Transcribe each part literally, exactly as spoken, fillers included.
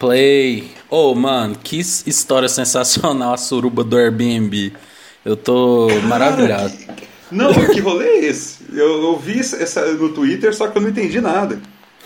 Play. Ô, oh, mano, que história sensacional a suruba do Airbnb. Eu tô Cara, maravilhado. Que... Não, que rolê é esse? Eu, eu vi essa no Twitter, só que eu não entendi nada.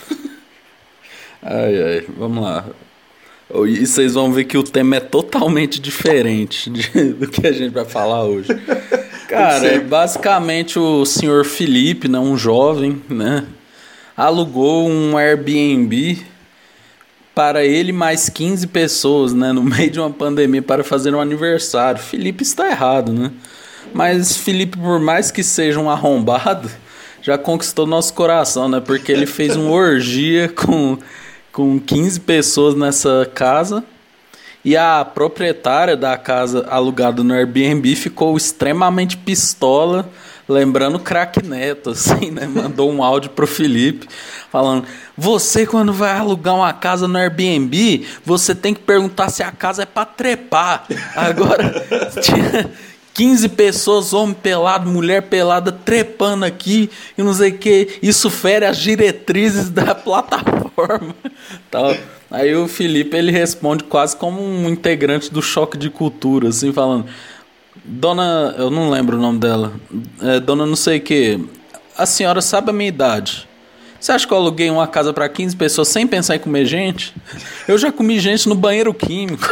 Ai, ai, vamos lá. E vocês vão ver que o tema é totalmente diferente de, do que a gente vai falar hoje. Cara, é basicamente o senhor Felipe, né, um jovem, né, alugou um Airbnb para ele mais quinze pessoas, né, no meio de uma pandemia para fazer um aniversário. Felipe está errado, né? Mas Felipe, por mais que seja um arrombado, já conquistou nosso coração, né? Porque ele fez uma orgia com, com quinze pessoas nessa casa. E a proprietária da casa alugada no Airbnb ficou extremamente pistola, lembrando o Crack Neto, assim, né? Mandou um áudio pro Felipe falando: você, quando vai alugar uma casa no Airbnb, você tem que perguntar se a casa é pra trepar. Agora, tinha quinze pessoas, homem pelado, mulher pelada, trepando aqui e não sei o que. Isso fere as diretrizes da plataforma. Tal. Aí o Felipe, ele responde quase como um integrante do Choque de Cultura, assim, falando: dona, eu não lembro o nome dela, é, dona não sei o que, a senhora sabe a minha idade. Você acha que eu aluguei uma casa para quinze pessoas sem pensar em comer gente? Eu já comi gente no banheiro químico.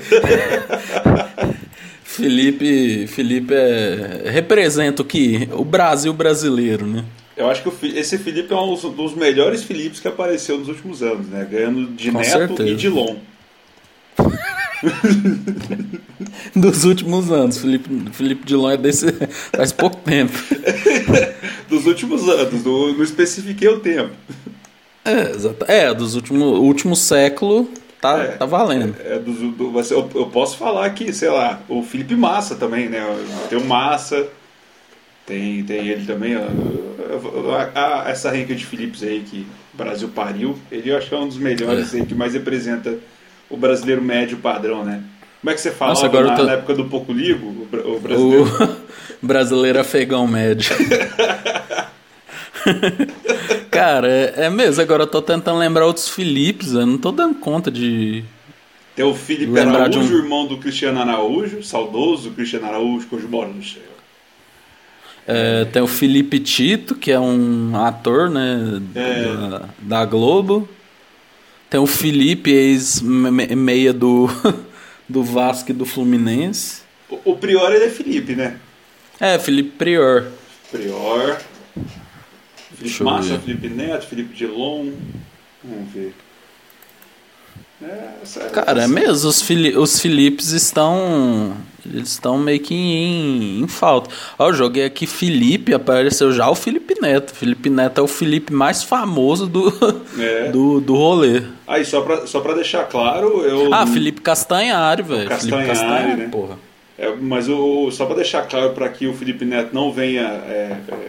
Felipe, Felipe é, representa o que? O Brasil brasileiro, né? Eu acho que o, esse Felipe é um dos melhores Filipes que apareceu nos últimos anos, né? Ganhando de Com Neto certeza. e de Lon. Dos últimos anos. Felipe, Felipe Dilon é desse faz pouco tempo. Dos últimos anos, do, não especifiquei o tempo. É, exato. É, dos últimos último século tá, é, tá valendo. É, é do, do, eu, eu posso falar aqui, sei lá, o Felipe Massa também, né? Tem o Massa, tem, tem ele também. A, a, essa renca de Filipes aí que o Brasil pariu, ele eu acho que é um dos melhores é. aí, que mais representa o brasileiro médio padrão, né? Como é que você falava Nossa, agora na, tô... na época do Pouco Ligo? O, o brasileiro... O brasileiro afegão médio. Cara, é, é mesmo. Agora eu tô tentando lembrar outros Filipes. Eu não tô dando conta de... Tem o Felipe Araújo, um... irmão do Cristiano Araújo. Saudoso Cristiano Araújo, que hoje mora no céu. É, tem o Felipe Tito, que é um ator, né, é. da, da Globo. Tem o Felipe, ex-meia do, do Vasco e do Fluminense. O, o Prior, ele é Felipe, né? É, Felipe Prior. Prior. Felipe Massa, Felipe Neto, Felipe Dilon. Vamos ver. É, essa, Cara, essa... é mesmo, os, Fili- os Filipes estão... Eles estão meio que em, em falta. Ó, eu joguei aqui Felipe, apareceu já o Felipe Neto. Felipe Neto é o Felipe mais famoso do, é. do, do rolê. Aí, só pra, só pra deixar claro... Eu... Ah, Felipe Castanhari, velho. Castanhari, Felipe Castanhari, né? Porra. É, mas o, só pra deixar claro para que o Felipe Neto não venha é, é,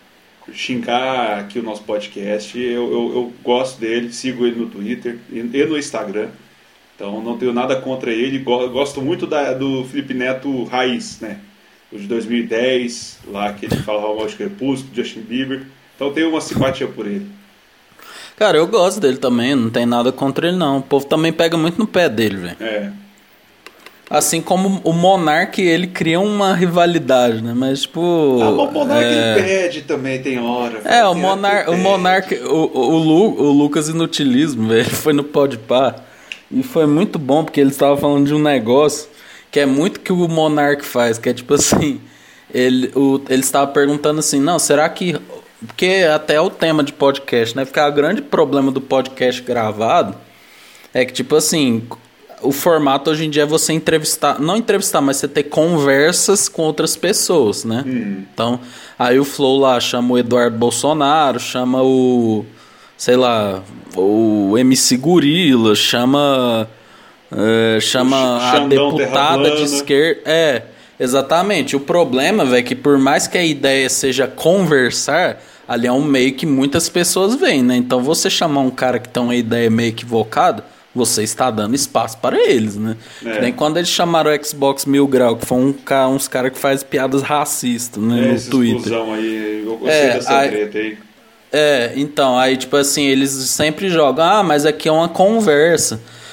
xingar aqui o nosso podcast, eu, eu, eu gosto dele, sigo ele no Twitter e, e no Instagram. Então não tenho nada contra ele, gosto muito da, do Felipe Neto raiz, né? O de dois mil e dez, lá que ele falava mal de Crepúsculo, Justin Bieber. Então tenho uma simpatia por ele. Cara, eu gosto dele também, não tem nada contra ele não. O povo também pega muito no pé dele, velho. É. Assim como o Monark, ele cria uma rivalidade, né? Mas tipo... Ah, o Monark é... ele pede também, tem hora. É, o, Monar... o Monark, o, o, Lu... o Lucas Inutilismo, velho, ele foi no Podpah. E foi muito bom, porque ele estava falando de um negócio que é muito que o Monark faz, que é tipo assim, ele, o, ele estava perguntando assim, não, será que... Porque até é o tema de podcast, né? Porque o grande problema do podcast gravado é que, tipo assim, o formato hoje em dia é você entrevistar, não entrevistar, mas você ter conversas com outras pessoas, né? Hum. Então, aí o Flow lá chama o Eduardo Bolsonaro, chama o... sei lá, o M C Gorila, chama é, chama a deputada de esquerda. É, exatamente. O problema, velho, é que por mais que a ideia seja conversar, ali é um meio que muitas pessoas veem, né? Então você chamar um cara que tem uma ideia meio equivocada, você está dando espaço para eles, né? É. Nem quando eles chamaram o Xbox Mil Grau, que foi um, uns caras que faz piadas racistas, né, é, no Twitter. Aí, eu gostei é, dessa aí, treta aí. É, então, aí tipo assim, eles sempre jogam, ah, mas aqui é uma conversa.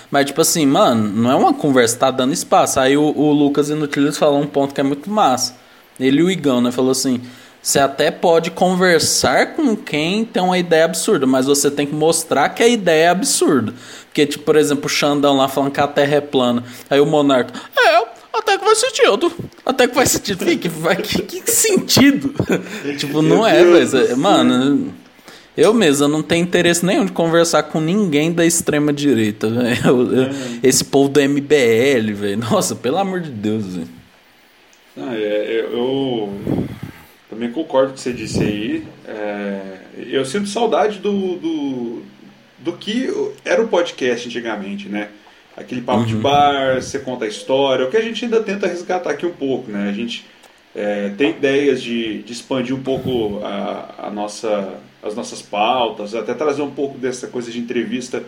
Mas, tipo assim, mano, não é uma conversa, tá dando espaço. Aí o, o Lucas Inutilis falou um ponto que é muito massa. Ele e o Igão, né? Falou assim: você até pode conversar com quem tem uma ideia absurda, mas você tem que mostrar que a ideia é absurda. Porque, tipo, por exemplo, o Xandão lá falando que a Terra é plana. Aí o Monarca, é, até que faz sentido. Até que faz sentido. Que, que, que, que sentido? Tipo, não é, velho. Mano, eu mesmo eu não tenho interesse nenhum de conversar com ninguém da extrema direita, velho. Esse povo do M B L, velho. Nossa, pelo amor de Deus, velho. Ah, é, eu, eu também concordo com o que você disse aí. É, eu sinto saudade do, do, do que era o podcast antigamente, né? Aquele papo uhum. de bar, você conta a história, o que a gente ainda tenta resgatar aqui um pouco, né? A gente é, tem ideias de, de expandir um pouco a, a nossa, as nossas pautas, até trazer um pouco dessa coisa de entrevista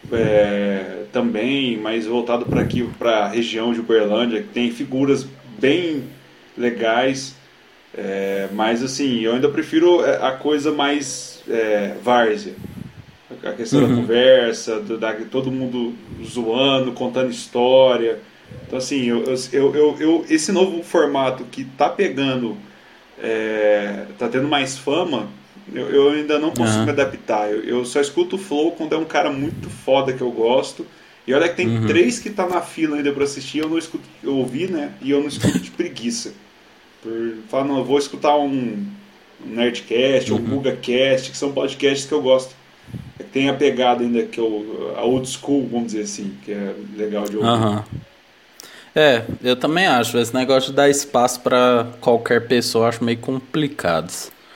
é, também, mais voltado para aqui, para a região de Uberlândia, que tem figuras bem legais, é, mas assim, eu ainda prefiro a coisa mais é, várzea. A questão uhum. da conversa, do, da, todo mundo zoando, contando história. Então, assim, eu, eu, eu, eu, esse novo formato que tá pegando, é, tá tendo mais fama, eu, eu ainda não consigo uhum. me adaptar. Eu, eu só escuto o Flow quando é um cara muito foda que eu gosto. E olha que tem uhum. três que tá na fila ainda pra assistir, eu não escuto, eu ouvi, né? E eu não escuto de preguiça. Por falar, não, eu vou escutar um, um Nerdcast uhum. ou um GugaCast, que são podcasts que eu gosto. Tem a pegada ainda que eu, a old school, vamos dizer assim, que é legal de ouvir. Uhum. É, eu também acho. Esse negócio de dar espaço para qualquer pessoa eu acho meio complicado.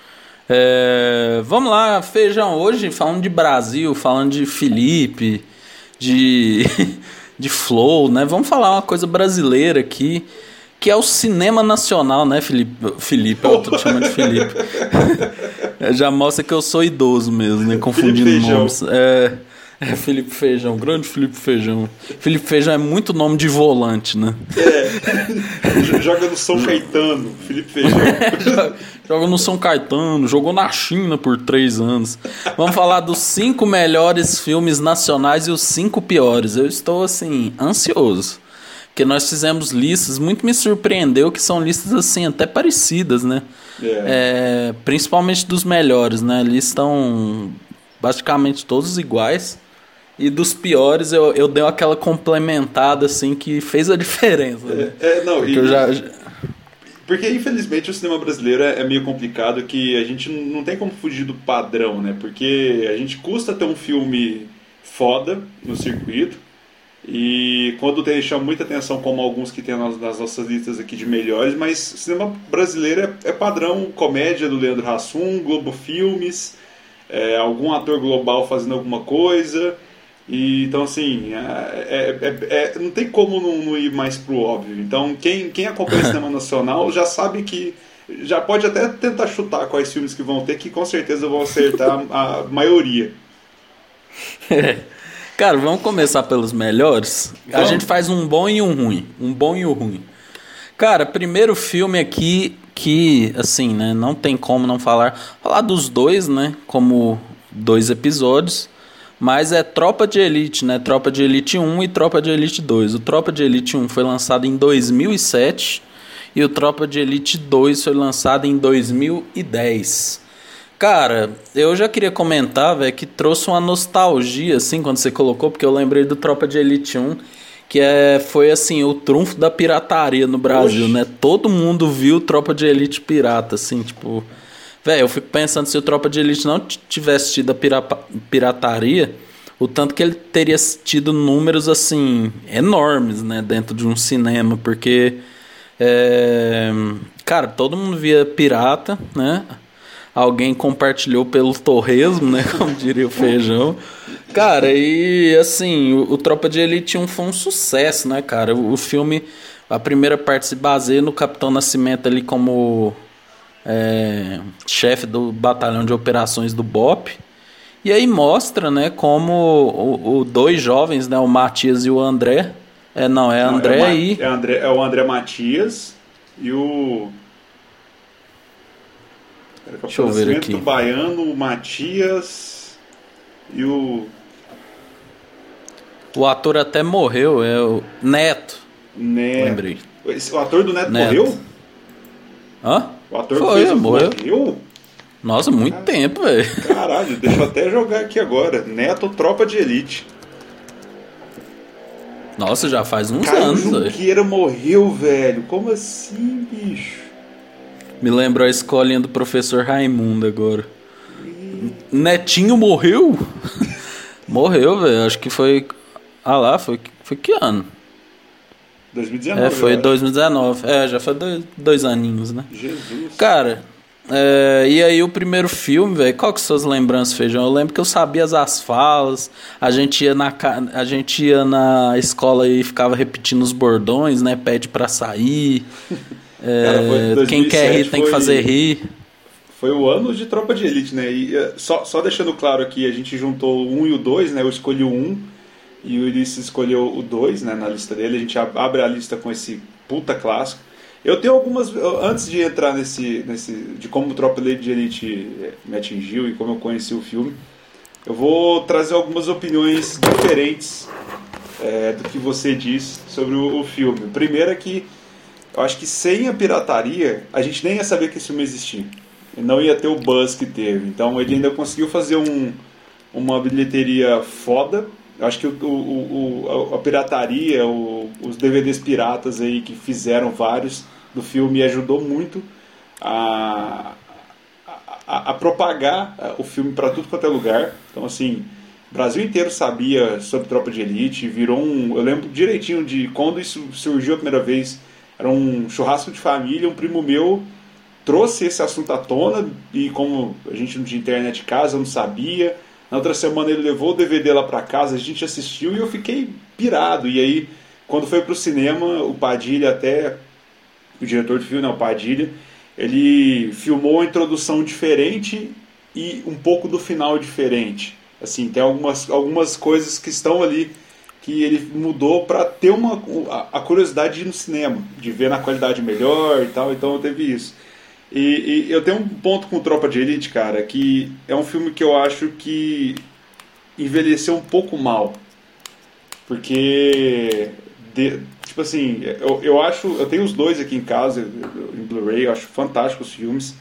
É, vamos lá, Feijão, hoje falando de Brasil, falando de Felipe, de, de Flow, né? Vamos falar uma coisa brasileira aqui, que é o cinema nacional, né, Felipe? Felipe, eu tô te chamando de Felipe. Já mostra que eu sou idoso mesmo, né? Confundindo nomes. É, é Felipe Feijão, grande Felipe Feijão. Felipe Feijão é muito nome de volante, né? É. Joga no São Caetano, Felipe Feijão. Joga no São Caetano, jogou na China por três anos. Vamos falar dos cinco melhores filmes nacionais e os cinco piores. Eu estou, assim, ansioso. Porque nós fizemos listas, muito me surpreendeu que são listas assim, até parecidas, né? Yeah. É, principalmente dos melhores, né? Eles estão basicamente todos iguais. E dos piores eu, eu dei aquela complementada assim que fez a diferença, né? É, é, não, porque, e, eu já... porque infelizmente o cinema brasileiro é meio complicado, que a gente não tem como fugir do padrão, né? Porque a gente custa ter um filme foda no circuito. E quando tem, chama muita atenção, como alguns que tem nas, nas nossas listas aqui de melhores, mas o cinema brasileiro é, é padrão comédia do Leandro Hassum, Globo Filmes, é, algum ator global fazendo alguma coisa. E, então, assim, é, é, é, é, não tem como não, não ir mais pro óbvio. Então, quem, quem acompanha o cinema nacional já sabe que, já pode até tentar chutar quais filmes que vão ter, que com certeza vão acertar a, a maioria. É. Cara, vamos começar pelos melhores. A gente faz um bom e um ruim. Um bom e um ruim. Cara, primeiro filme aqui que, assim, né, não tem como não falar. Falar dos dois, né, como dois episódios. Mas é Tropa de Elite, né? Tropa de Elite um e Tropa de Elite dois. O Tropa de Elite um foi lançado em dois mil e sete e o Tropa de Elite dois foi lançado em dois mil e dez. Cara, eu já queria comentar, velho, que trouxe uma nostalgia, assim, quando você colocou, porque eu lembrei do Tropa de Elite um, que é, foi, assim, o trunfo da pirataria no Brasil, Oxi. né? Todo mundo viu Tropa de Elite pirata, assim, tipo... Velho, eu fico pensando, se o Tropa de Elite não tivesse tido a pira- pirataria, o tanto que ele teria tido números, assim, enormes, né? Dentro de um cinema, porque... É, cara, todo mundo via pirata, né? Alguém compartilhou pelo torresmo, né? Como diria o Feijão. Cara, e assim, o, o Tropa de Elite um foi um sucesso, né, cara? O, o filme, a primeira parte se baseia no Capitão Nascimento ali como é, chefe do batalhão de operações do B O P. E aí mostra, né, como o, o dois jovens, né, o Matias e o André. É, não, é André não, é e... É, André, é o André Matias e o... Deixa eu ver aqui. O Baiano, o Matias e o... O ator até morreu, é o Neto. Neto. Lembrei. O ator do Neto, Neto. morreu? Hã? O ator Foi, que fez o morreu. morreu? Nossa, muito ah, tempo, velho. Caralho, deixa eu até jogar aqui agora. Neto, Tropa de Elite. Nossa, já faz uns Caio anos, velho. Junqueira morreu, velho. Como assim, bicho? Me lembrou a escolinha do professor Raimundo agora. E... Netinho morreu? Morreu, velho. Acho que foi... Ah lá, foi, foi que ano? dois mil e dezenove. É, foi dois mil e dezenove. É, já foi dois, dois aninhos, né? Jesus. Cara, é, e aí o primeiro filme, velho, qual que são suas lembranças, Feijão? Eu lembro que eu sabia as falas, a gente ia na, a gente ia na escola e ficava repetindo os bordões, né? Pede pra sair. É, Cara, foi quem quer rir tem foi, que fazer rir. Foi o ano de Tropa de Elite, né? E só, só deixando claro aqui, a gente juntou o um e o dois, né? Eu escolhi o um e o Ulisses escolheu o dois, né? Na lista dele. A gente abre a lista com esse puta clássico. Eu tenho algumas... Antes de entrar nesse... nesse de como Tropa de Elite me atingiu e como eu conheci o filme, eu vou trazer algumas opiniões diferentes é, do que você diz sobre o, o filme. Primeiro é que eu acho que sem a pirataria, a gente nem ia saber que esse filme existia. Não ia ter o buzz que teve. Então ele ainda conseguiu fazer um, uma bilheteria foda. Eu acho que o, o, o, a pirataria, o, os D V Ds piratas aí que fizeram vários do filme ajudou muito a, a, a propagar o filme para tudo quanto é lugar. Então assim, o Brasil inteiro sabia sobre Tropa de Elite. Virou um... Eu lembro direitinho de quando isso surgiu a primeira vez. Era um churrasco de família, um primo meu trouxe esse assunto à tona e como a gente não tinha internet de casa, eu não sabia. Na outra semana ele levou o D V D lá pra casa, a gente assistiu e eu fiquei pirado. E aí, quando foi pro cinema, o Padilha até, o diretor do filme, né, o Padilha, ele filmou a introdução diferente e um pouco do final diferente. Assim, tem algumas, algumas coisas que estão ali que ele mudou para ter uma, a curiosidade de ir no cinema, de ver na qualidade melhor e tal, então teve isso. E, e eu tenho um ponto com Tropa de Elite, cara, que é um filme que eu acho que envelheceu um pouco mal. Porque, de, tipo assim, eu, eu acho, eu tenho os dois aqui em casa, em Blu-ray, eu acho fantásticos os filmes,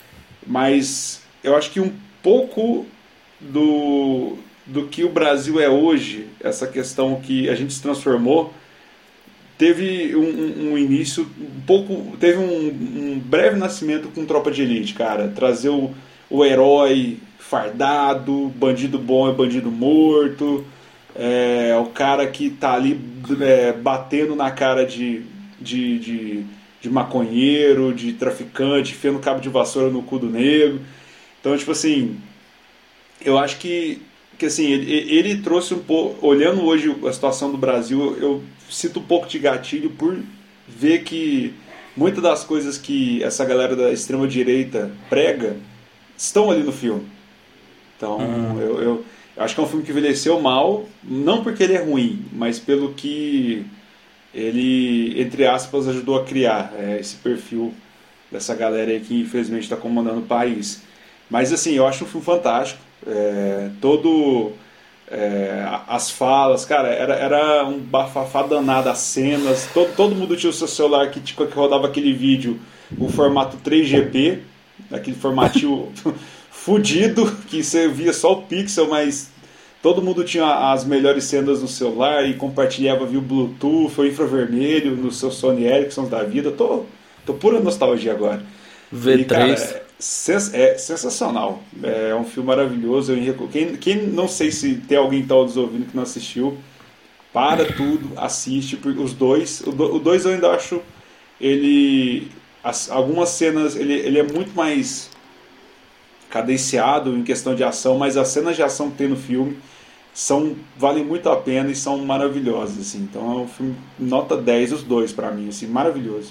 mas eu acho que um pouco do, do que o Brasil é hoje, essa questão que a gente se transformou, teve um, um, um início um pouco, teve um, um breve nascimento com Tropa de Elite, cara. Trazer o, o herói fardado, bandido bom é bandido morto, é, o cara que tá ali é, batendo na cara de, de, de, de maconheiro, de traficante, enfiando cabo de vassoura no cu do negro. Então, tipo assim, eu acho que, que assim, ele, ele trouxe um pouco, olhando hoje a situação do Brasil, eu sinto um pouco de gatilho por ver que muitas das coisas que essa galera da extrema-direita prega estão ali no filme. Então, uhum. eu, eu, eu acho que é um filme que envelheceu mal, não porque ele é ruim, mas pelo que ele, entre aspas, ajudou a criar é, esse perfil dessa galera aí que infelizmente está comandando o país. Mas assim, eu acho um filme fantástico. É, todo... É, as falas, cara, era, era um bafafá danado, as cenas, todo, todo mundo tinha o seu celular que, tipo, que rodava aquele vídeo, o formato três G P, aquele formatinho fudido, que você via só o pixel, mas todo mundo tinha as melhores cenas no celular e compartilhava via Bluetooth ou infravermelho no seu Sony Ericsson da vida. Tô, tô pura nostalgia agora. V três. E, cara, Sens- é sensacional, é um filme maravilhoso. Eu recu- quem, quem não sei se tem alguém que está nos ouvindo que não assistiu, para tudo, assiste, porque os dois, o, do, o dois eu ainda acho ele, as, algumas cenas, ele, ele é muito mais cadenciado em questão de ação, mas as cenas de ação que tem no filme são, valem muito a pena e são maravilhosas, assim. Então é um filme nota dez os dois pra mim, assim, maravilhoso.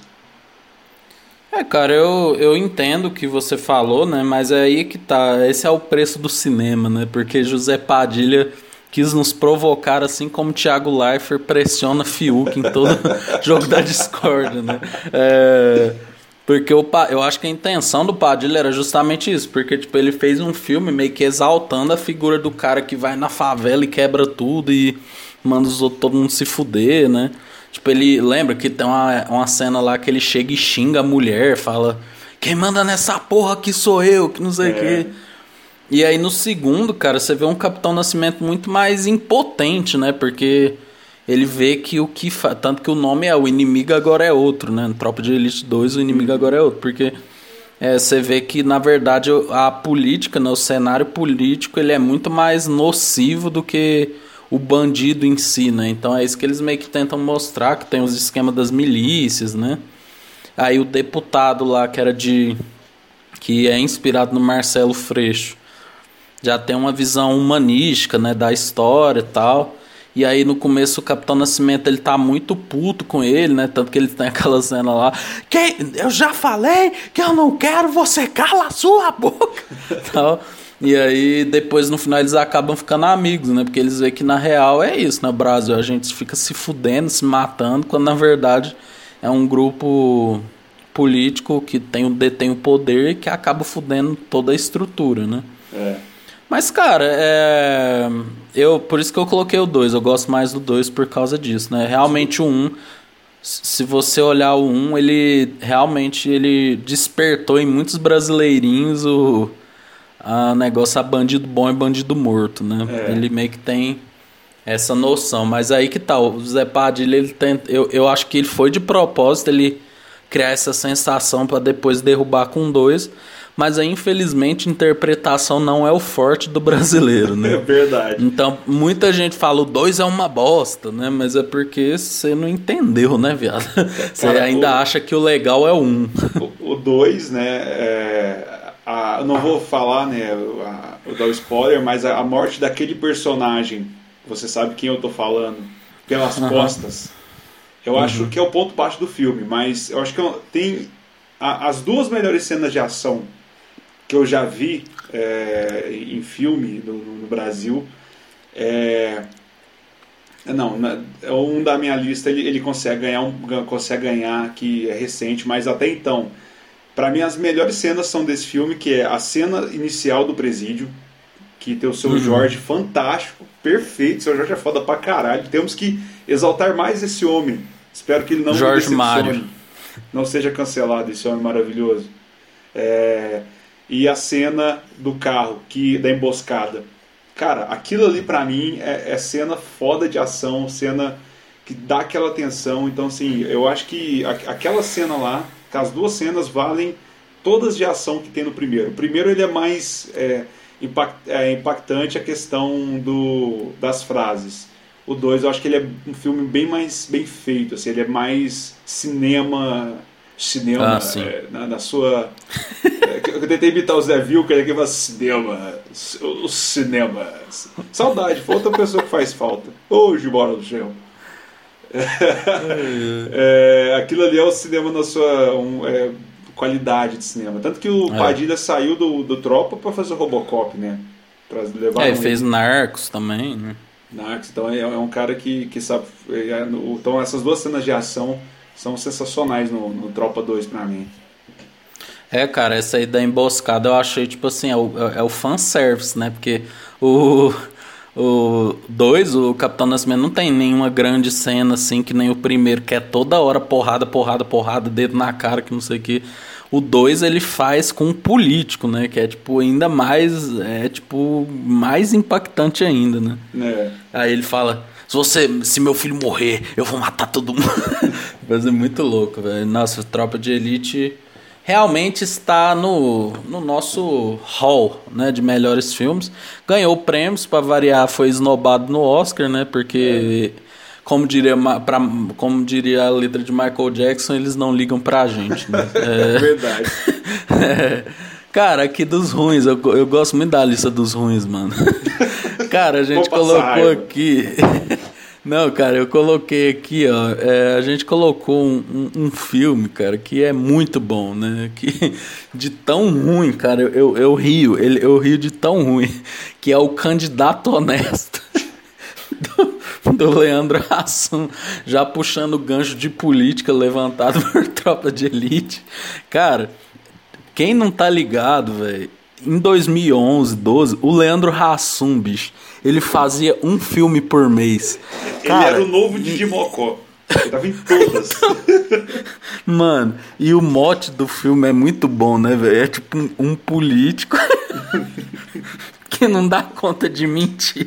É, cara, eu, eu entendo o que você falou, né? Mas é aí que tá. Esse é o preço do cinema, né? Porque José Padilha quis nos provocar, assim como Thiago Leifert pressiona Fiuk em todo jogo da Discord, né? É, porque o, eu acho que a intenção do Padilha era justamente isso. Porque tipo, ele fez um filme meio que exaltando a figura do cara que vai na favela e quebra tudo e... manda os outros, todo mundo se fuder, né? Tipo, ele lembra que tem uma, uma cena lá que ele chega e xinga a mulher, fala, quem manda nessa porra aqui sou eu, que não sei o é. quê. E aí no segundo, cara, você vê um Capitão Nascimento muito mais impotente, né? Porque ele vê que o que fa... tanto que o nome é o inimigo agora é outro, né? No Tropa de Elite dois o inimigo uhum. agora é outro, porque é, você vê que na verdade a política, né? O cenário político, ele é muito mais nocivo do que o bandido em si, né? Então é isso que eles meio que tentam mostrar, que tem os esquemas das milícias, né? Aí o deputado lá, que era de... que é inspirado no Marcelo Freixo, já tem uma visão humanística, né? Da história e tal. E aí no começo o Capitão Nascimento, ele tá muito puto com ele, né? Tanto que ele tem aquela cena lá, que eu já falei que eu não quero, você cala a sua boca. Tal. E aí, depois, no final, eles acabam ficando amigos, né? Porque eles veem que, na real, é isso, né? Brasil, a gente fica se fudendo, se matando, quando, na verdade, é um grupo político que tem, detém o poder e que acaba fudendo toda a estrutura, né? É. Mas, cara, é... eu, por isso que eu coloquei o dois. Eu gosto mais do dois por causa disso, né? Realmente, o um, se você olhar o um, ele realmente ele despertou em muitos brasileirinhos o... a negócio a bandido bom e bandido morto, né? É. Ele meio que tem essa noção. Mas aí que tá, o Zé Padilha, ele tenta, eu, eu acho que ele foi de propósito, ele criar essa sensação para depois derrubar com dois. Mas aí, infelizmente, interpretação não é o forte do brasileiro, né? É verdade. Então, muita gente fala, o dois é uma bosta, né? Mas é porque você não entendeu, né, viado? Você ainda o... acha que o legal é o um. O dois, né, é... A, eu não vou falar, né, a, eu dar o spoiler, mas a, a morte daquele personagem, você sabe quem eu tô falando, pelas uhum. costas, eu uhum. acho que é o ponto baixo do filme, mas eu acho que eu, tem a, as duas melhores cenas de ação que eu já vi é, em filme no, no Brasil, é, não, um da minha lista ele, ele consegue ganhar, um, consegue ganhar, que é recente, mas até então, para mim, as melhores cenas são desse filme, que é a cena inicial do presídio, que tem o seu uhum. Jorge fantástico, perfeito, o seu Jorge é foda pra caralho. Temos que exaltar mais esse homem. Espero que ele não Jorge Mário. Não seja cancelado, esse homem maravilhoso. É... E a cena do carro, que da emboscada. Cara, aquilo ali pra mim é, é cena foda de ação, cena que dá aquela tensão. Então, assim, eu acho que a, aquela cena lá, as duas cenas valem todas de ação que tem no primeiro. O primeiro ele é mais é, impact, é, impactante a questão do, das frases. O dois eu acho que ele é um filme bem mais bem feito, assim, ele é mais cinema, cinema ah, é, na, na sua... é, eu tentei imitar o Zé Vilker, ele fala cinema, o cinema. Saudade, foi outra pessoa que faz falta. Hoje mora no chão. É, aquilo ali é o cinema na sua um, é, qualidade de cinema. Tanto que o é. Padilha saiu do, do Tropa para fazer o Robocop, né? Pra levar é, ele um... fez Narcos também, né? Narcos, então é, é um cara que, que sabe. É, no, então essas duas cenas de ação são sensacionais no, no Tropa dois pra mim. É, cara, essa aí da emboscada eu achei, tipo assim, é o, é o fanservice, né? Porque o. O dois, o Capitão Nascimento, não tem nenhuma grande cena assim que nem o primeiro, que é toda hora porrada, porrada, porrada, dedo na cara, que não sei o que. O dois ele faz com um político, né? Que é tipo ainda mais, é tipo mais impactante ainda, né? É. Aí ele fala, se você, se meu filho morrer, eu vou matar todo mundo. Mas é muito louco, velho. Nossa, Tropa de Elite realmente está no, no nosso hall, né, de melhores filmes. Ganhou prêmios, para variar, foi esnobado no Oscar, né, porque, é. como, diria, pra, como diria a letra de Michael Jackson, eles não ligam pra gente. Né? É verdade. É, cara, aqui dos ruins, eu, eu gosto muito da lista dos ruins, mano. Cara, a gente colocou aqui... Não, cara, eu coloquei aqui, ó, é, a gente colocou um, um, um filme, cara, que é muito bom, né, que de tão ruim, cara, eu, eu, eu rio, ele, eu rio de tão ruim, que é o Candidato Honesto, do, do Leandro Hassum, já puxando o gancho de política levantado por Tropa de Elite. Cara, quem não tá ligado, velho, em dois mil e onze, doze, o Leandro Hassum, bicho, ele fazia um filme por mês. Cara, ele era o novo Didi Mocó. Ele tava em todas. Mano, e o mote do filme é muito bom, né, velho? É tipo um, um político que não dá conta de mentir.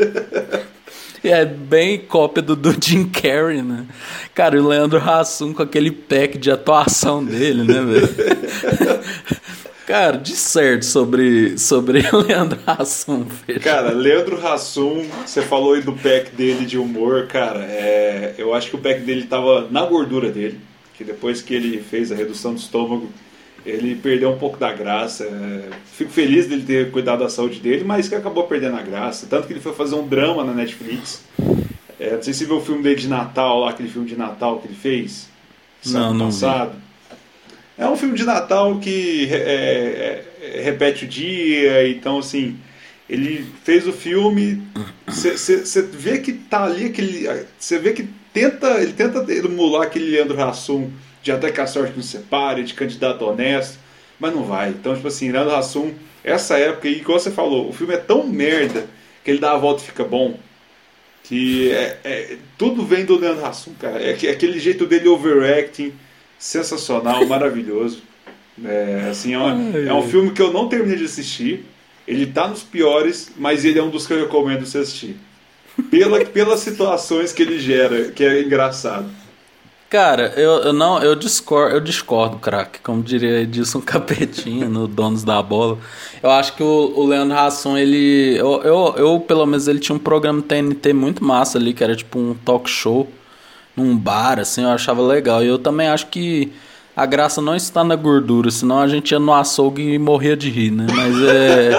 É bem cópia do, do Jim Carrey, né? Cara, e o Leandro Hassum com aquele pack de atuação dele, né, velho? Cara, de certo sobre, sobre Leandro Hassum. Fecha. Cara, Leandro Hassum, você falou aí do pack dele de humor, cara, é, eu acho que o pack dele tava na gordura dele, que depois que ele fez a redução do estômago, ele perdeu um pouco da graça. É, fico feliz dele ter cuidado da saúde dele, mas que acabou perdendo a graça. Tanto que ele foi fazer um drama na Netflix. É, não sei se você viu o filme dele de Natal, lá, aquele filme de Natal que ele fez, não, não passado. Vi. É um filme de Natal que é, é, repete o dia, então assim, ele fez o filme, você vê que tá ali aquele. Você vê que tenta, ele tenta emular aquele Leandro Hassum de Até que a Sorte Nos Separe, de Candidato Honesto, mas não vai. Então, tipo assim, Leandro Hassum, essa época, e como você falou, o filme é tão merda que ele dá a volta e fica bom. Que é, é, tudo vem do Leandro Hassum, cara. É, é aquele jeito dele overacting. Sensacional, maravilhoso. É, assim, é, uma, é um filme que eu não terminei de assistir. Ele tá nos piores, mas ele é um dos que eu recomendo você assistir. Pela, pelas situações que ele gera, que é engraçado. Cara, eu, eu não, eu discordo, eu discordo, craque. Como diria Edilson Capetinha no Donos da Bola. Eu acho que o, o Leandro Hassum, ele. Eu, eu, eu, pelo menos, ele tinha um programa T N T muito massa ali, que era tipo um talk show. Num bar, assim, eu achava legal. E eu também acho que a graça não está na gordura, senão a gente ia no açougue e morria de rir, né? Mas é...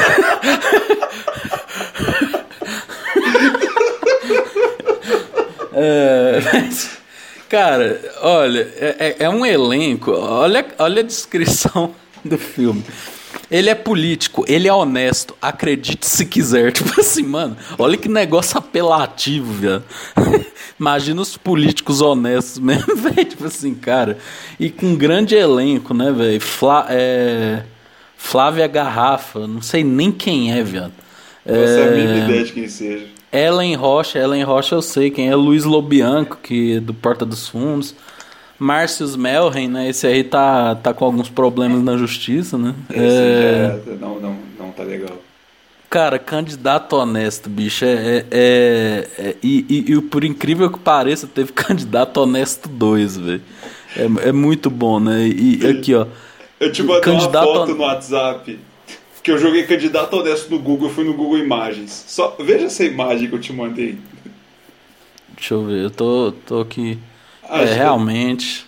é... Mas, cara, olha, é, é um elenco, olha, olha a descrição do filme. Ele é político, ele é honesto, acredite se quiser. Tipo assim, mano, olha que negócio apelativo, velho. Imagina os políticos honestos mesmo, velho. Tipo assim, cara. E com um grande elenco, né, velho? Flá, é... Flávia Garrafa, não sei nem quem é, velho. Não é... sei a mínima ideia de quem seja. Ellen Rocha, Ellen Rocha eu sei quem é. Luiz Lobianco, que é do Porta dos Fundos. Márcios Melren, né? Esse aí tá, tá com alguns problemas na justiça, né? Esse é... já não, não, não tá legal. Cara, Candidato Honesto, bicho, é... é, é, é e, e, e por incrível que pareça, teve Candidato Honesto dois, velho. É, é muito bom, né? E aqui, ó. Eu te mandei uma foto no WhatsApp que eu joguei Candidato Honesto no Google, eu fui no Google Imagens. Só, veja essa imagem que eu te mandei. Deixa eu ver, eu tô, tô aqui... É, realmente.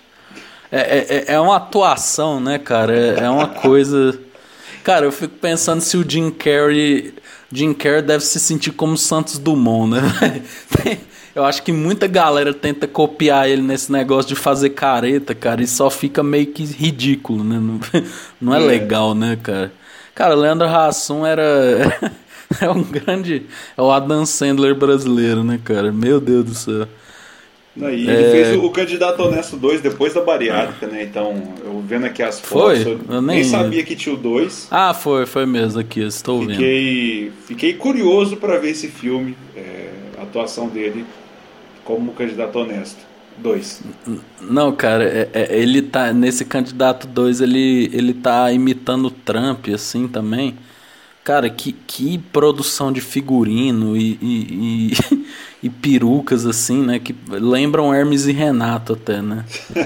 É, é, é uma atuação, né, cara? É, é uma coisa. Cara, eu fico pensando se o Jim Carrey. Jim Carrey deve se sentir como Santos Dumont, né? Eu acho que muita galera tenta copiar ele nesse negócio de fazer careta, cara, e só fica meio que ridículo, né? Não, não é, é legal, né, cara? Cara, Leandro Hassum era. É um grande. É o Adam Sandler brasileiro, né, cara? Meu Deus do céu. Não, e ele é... fez o, o Candidato Honesto dois depois da bariátrica, né? Então, eu vendo aqui as fotos, foi? eu, eu nem... nem sabia que tinha o dois. Ah, foi, foi mesmo aqui, eu estou fiquei, vendo. Fiquei curioso para ver esse filme, é, a atuação dele como Candidato Honesto dois. Não, cara, é, é, ele tá nesse Candidato dois, ele, ele tá imitando o Trump, assim, também. Cara, que, que produção de figurino e, e, e, e perucas, assim, né? Que lembram Hermes e Renato até, né?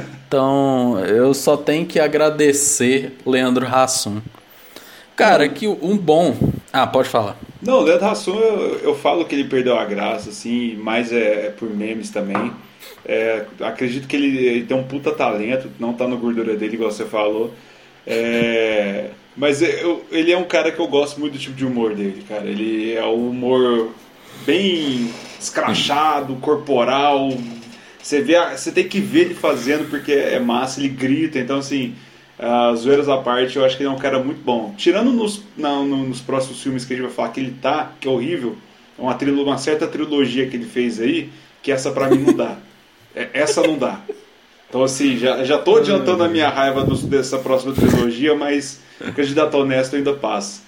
Então, eu só tenho que agradecer Leandro Hassum. Cara, que um bom... Ah, pode falar. Não, Leandro Hassum, eu, eu falo que ele perdeu a graça, assim, mas é, é por memes também. É, acredito que ele, ele tem um puta talento, não tá na gordura dele, igual você falou. É... Mas eu, ele é um cara que eu gosto muito do tipo de humor dele, cara. Ele é um humor bem escrachado, corporal. Você, vê, você tem que ver ele fazendo porque é massa, ele grita. Então, assim, as zoeiras à parte, eu acho que ele é um cara muito bom. Tirando nos, na, nos próximos filmes que a gente vai falar que ele tá, que é horrível, uma, trilo, uma certa trilogia que ele fez aí, que essa pra mim não dá. Essa não dá. Então, assim, já, já tô adiantando a minha raiva do, dessa próxima trilogia, mas Candidato Honesto ainda passa.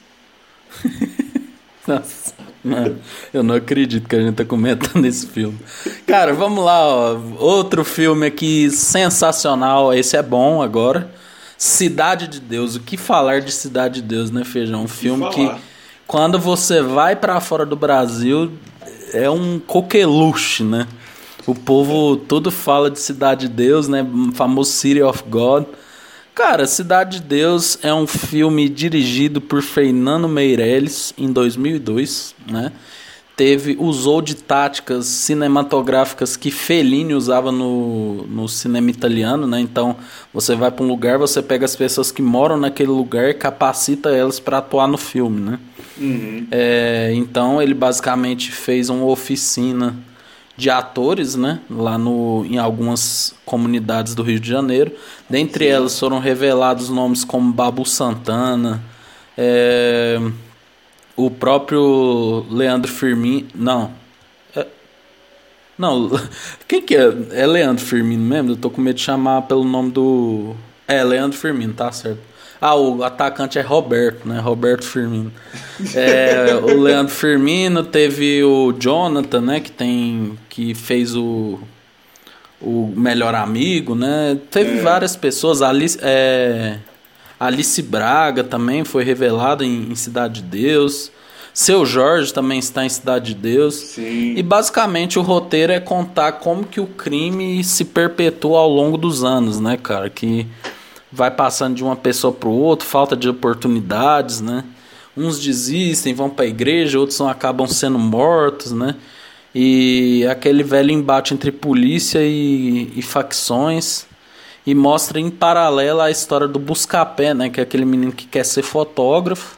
Nossa, mano, eu não acredito que a gente tá comentando esse filme. Cara, vamos lá, ó. Outro filme aqui sensacional. Esse é bom agora. Cidade de Deus. O que falar de Cidade de Deus, né, Feijão? Um filme que, quando você vai pra fora do Brasil, é um coqueluche, né? O povo todo fala de Cidade de Deus, né? O famoso City of God. Cara, Cidade de Deus é um filme dirigido por Fernando Meirelles em dois mil e dois, né? Teve, usou de táticas cinematográficas que Fellini usava no, no cinema italiano, né? Então, você vai para um lugar, você pega as pessoas que moram naquele lugar e capacita elas para atuar no filme, né? Uhum. É, então, ele basicamente fez uma oficina de atores, né, lá no, em algumas comunidades do Rio de Janeiro. Dentre Sim. elas foram revelados nomes como Babu Santana, é, o próprio Leandro Firmino. Não. É, não, quem que é? É Leandro Firmino mesmo? Eu tô com medo de chamar pelo nome do... É, Leandro Firmino, tá certo. Ah, o atacante é Roberto, né? Roberto Firmino. É, o Leandro Firmino, teve o Jonathan, né? Que tem, que fez o, o Melhor Amigo, né? Teve é. várias pessoas. Alice, é, Alice Braga também foi revelada em, em Cidade de Deus. Seu Jorge também está em Cidade de Deus. Sim. E basicamente o roteiro é contar como que o crime se perpetua ao longo dos anos, né, cara? Que vai passando de uma pessoa para o outro, falta de oportunidades, né? Uns desistem, vão para a igreja, outros acabam sendo mortos, né? E aquele velho embate entre polícia e, e facções. E mostra em paralelo a história do Buscapé, né? Que é aquele menino que quer ser fotógrafo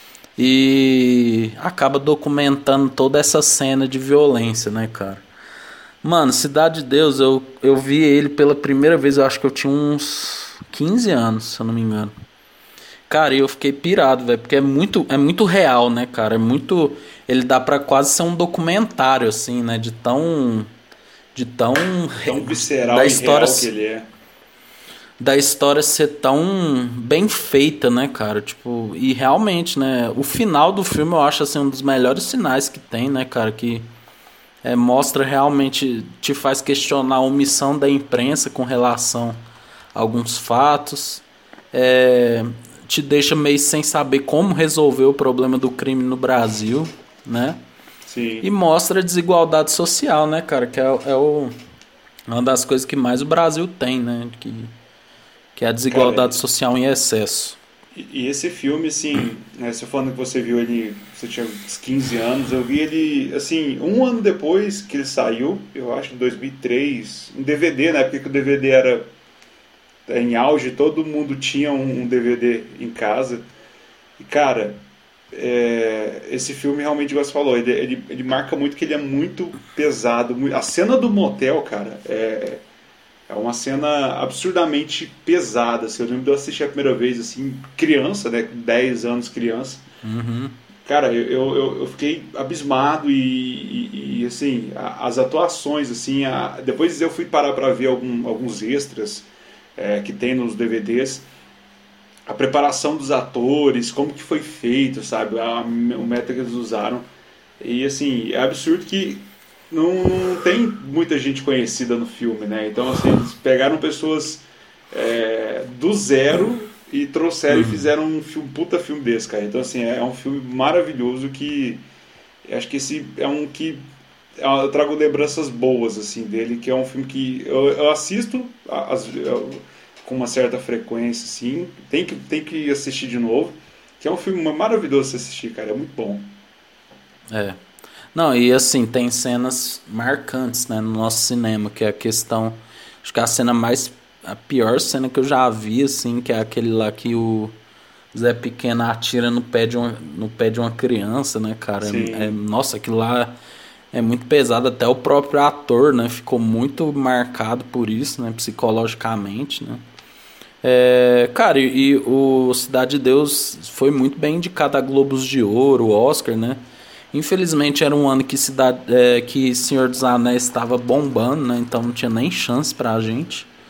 e acaba documentando toda essa cena de violência, né, cara? Mano, Cidade de Deus, eu, eu vi ele pela primeira vez, eu acho que eu tinha uns quinze anos, se eu não me engano. Cara, eu fiquei pirado, velho, porque é muito, é muito real, né, cara? É muito... Ele dá pra quase ser um documentário, assim, né? De tão... De tão... Tão visceral da e história, real que ele é. Da história ser tão bem feita, né, cara? Tipo, e realmente, né? O final do filme eu acho, assim, um dos melhores sinais que tem, né, cara? Que é, mostra realmente... Te faz questionar a omissão da imprensa com relação a alguns fatos. É... te deixa meio sem saber como resolver o problema do crime no Brasil, né? Sim. E mostra a desigualdade social, né, cara? Que é, é o, uma das coisas que mais o Brasil tem, né? Que, que é a desigualdade cara, social em excesso. E, e esse filme, assim, né, você falando que você viu ele, você tinha uns quinze anos, eu vi ele, assim, um ano depois que ele saiu, eu acho, em dois mil e três, um D V D, né? Porque o D V D era em auge, todo mundo tinha um, um D V D em casa. E, cara, é, esse filme realmente, como você falou, ele, ele, ele marca muito que ele é muito pesado. A cena do motel, cara, é, é uma cena absurdamente pesada. Assim, eu lembro de eu assistir a primeira vez, assim, criança, né, dez anos criança. Uhum. Cara, eu, eu, eu fiquei abismado e, e, e assim, as atuações, assim, a, depois eu fui parar para ver algum, alguns extras É, que tem nos D V Ds, a preparação dos atores, como que foi feito, sabe, a, o método que eles usaram, e assim, é absurdo que não, não tem muita gente conhecida no filme, né, então assim, eles pegaram pessoas é, do zero e trouxeram uhum. e fizeram um filme, puta filme desse, cara, então assim, é um filme maravilhoso que, acho que esse é um que eu trago lembranças boas assim dele, que é um filme que eu, eu assisto as, eu, com uma certa frequência, assim, tem que, tem que assistir de novo, que é um filme maravilhoso de assistir, cara, é muito bom. É. Não, e assim, tem cenas marcantes, né, no nosso cinema, que é a questão, acho que é a cena mais, a pior cena que eu já vi, assim, que é aquele lá que o Zé Pequeno atira no pé de uma, no pé de uma criança, né, cara, é, é, nossa, aquilo lá é muito pesado, até o próprio ator, né, ficou muito marcado por isso, né, psicologicamente, né. É, cara, e, e o Cidade de Deus foi muito bem indicado a Globos de Ouro, o Oscar, né. Infelizmente era um ano que, Cidade, é, que Senhor dos Anéis estava bombando, né, então não tinha nem chance pra gente.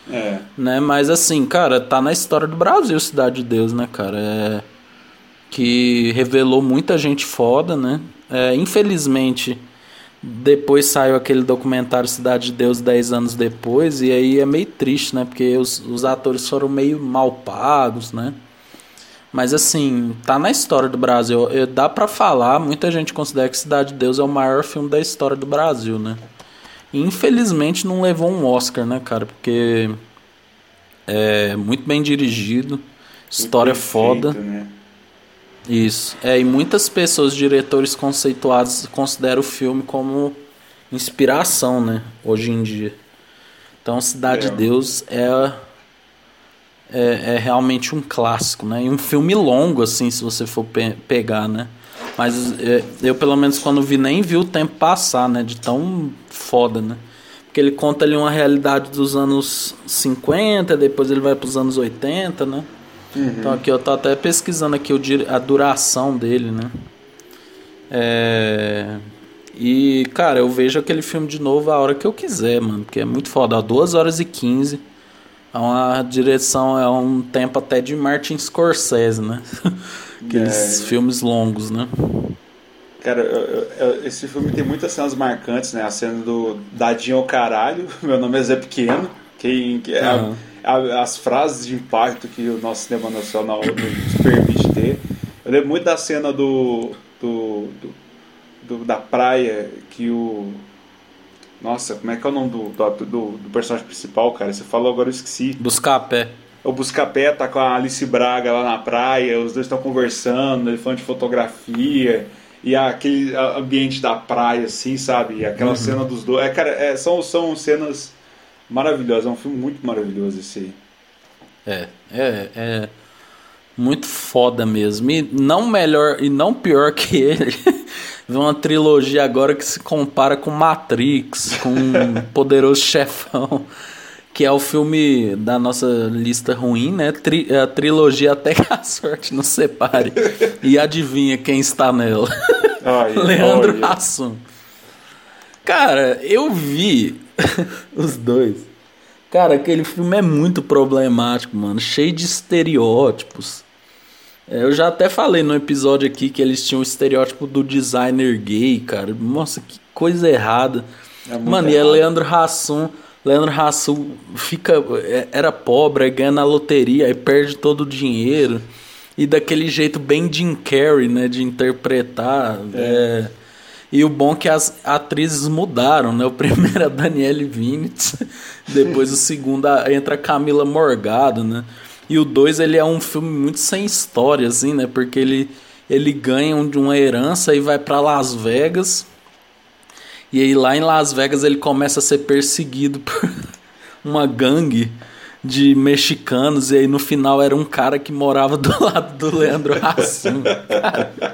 É. Né? Mas assim, cara, tá na história do Brasil, Cidade de Deus, né, cara? É... Que revelou muita gente foda, né? É, infelizmente, depois saiu aquele documentário Cidade de Deus dez anos depois, e aí é meio triste, né? Porque os, os atores foram meio mal pagos, né? Mas assim, tá na história do Brasil. Dá pra falar, muita gente considera que Cidade de Deus é o maior filme da história do Brasil, né? E infelizmente não levou um Oscar, né, cara? Porque é muito bem dirigido, história muito foda. Feito, né? Isso. É, e muitas pessoas, diretores conceituados, consideram o filme como inspiração, né? Hoje em dia. Então, Cidade É. de Deus é... É, é realmente um clássico, né? E um filme longo, assim, se você for pe- pegar, né? Mas é, eu, pelo menos, quando vi, nem vi o tempo passar, né? De tão foda, né? Porque ele conta ali uma realidade dos anos cinquenta, depois ele vai para os anos oitenta, né? Uhum. Então aqui eu tô até pesquisando aqui o, a duração dele, né? É... E, cara, eu vejo aquele filme de novo a hora que eu quiser, mano. Porque é muito foda. duas horas e quinze. É uma direção, é um tempo até de Martin Scorsese, né? Aqueles é, filmes longos, né? Cara, eu, eu, esse filme tem muitas cenas marcantes, né? A cena do Dadinho ao caralho, meu nome é Zé Pequeno, quem, que é uhum. a, a, as frases de impacto que o nosso cinema nacional nos permite ter. Eu lembro muito da cena do, do, do, do da praia que o... Nossa, como é que é o nome do, do, do, do personagem principal, cara? Você falou, agora eu esqueci. Buscapé. O Buscapé tá com a Alice Braga lá na praia, os dois estão conversando, ele falando de fotografia, e aquele ambiente da praia, assim, sabe? E aquela uhum. cena dos dois. É, cara, é, são, são cenas maravilhosas, é um filme muito maravilhoso esse aí. É, é, é muito foda mesmo. E não melhor e não pior que ele. Vê uma trilogia agora que se compara com Matrix, com Poderoso Chefão, que é o filme da nossa lista ruim, né? Tri, a trilogia Até que a Sorte Nos Separe. E adivinha quem está nela? Ai, Leandro Hassum. Cara, eu vi os dois. Cara, aquele filme é muito problemático, mano. Cheio de estereótipos. Eu já até falei no episódio aqui que eles tinham o estereótipo do designer gay, cara. Nossa, que coisa errada. É Mano, errado. E é Leandro Hassum. Leandro Hassum fica, era pobre, ganha na loteria, aí perde todo o dinheiro. E daquele jeito bem Jim Carrey, né, de interpretar. É. É... E o bom é que as atrizes mudaram, né? O primeiro é a Danielle Vinitz, depois o segundo entra a Camila Morgado, né? E o dois, ele é um filme muito sem história, assim, né? Porque ele, ele ganha um, de uma herança e vai para Las Vegas. E aí lá em Las Vegas ele começa a ser perseguido por uma gangue de mexicanos. E aí no final era um cara que morava do lado do Leandro Hassum. Cara.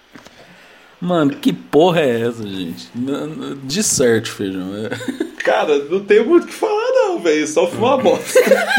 Mano, que porra é essa, gente? De certo, feijão. Cara, não tem muito o que falar não, velho. Só foi uma bosta.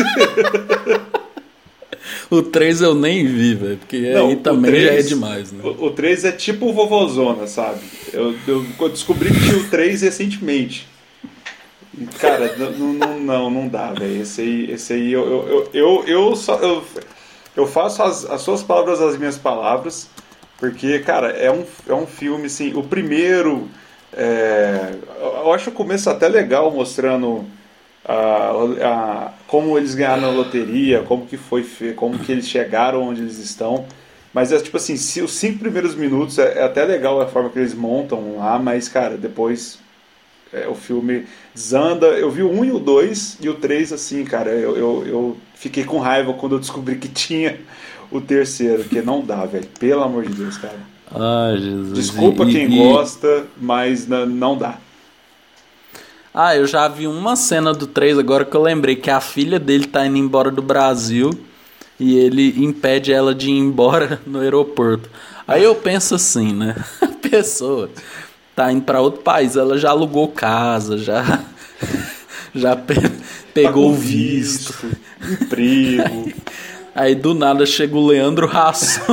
O três eu nem vi, velho, porque não, aí também três, já é demais, né? O, o três é tipo o Vovozona, sabe? Eu, eu, eu descobri que tinha o três recentemente. E, cara, não, não, não, não dá, velho. Esse aí, esse aí eu, eu, eu, eu, eu, só, eu, eu faço as, as suas palavras as minhas palavras, porque, cara, é um, é um filme, assim, o primeiro... É, eu acho o começo até legal, mostrando... A, a, como eles ganharam a loteria, como que foi, como que eles chegaram onde eles estão. Mas é tipo assim, se os cinco primeiros minutos é, é até legal a forma que eles montam lá, mas cara, depois é, o filme desanda. Eu vi o um e o dois, e o três assim, cara, eu, eu, eu fiquei com raiva quando eu descobri que tinha o terceiro, que não dá, velho, pelo amor de Deus, cara. Ah, Jesus. Desculpa e, quem e... gosta, mas não, não dá. Ah, eu já vi uma cena do três agora que eu lembrei, que a filha dele tá indo embora do Brasil e ele impede ela de ir embora no aeroporto. Aí eu penso assim, né? A pessoa tá indo pra outro país, ela já alugou casa, já, já pe- pegou o visto, visto, emprego. Aí, aí do nada chega o Leandro Hassum.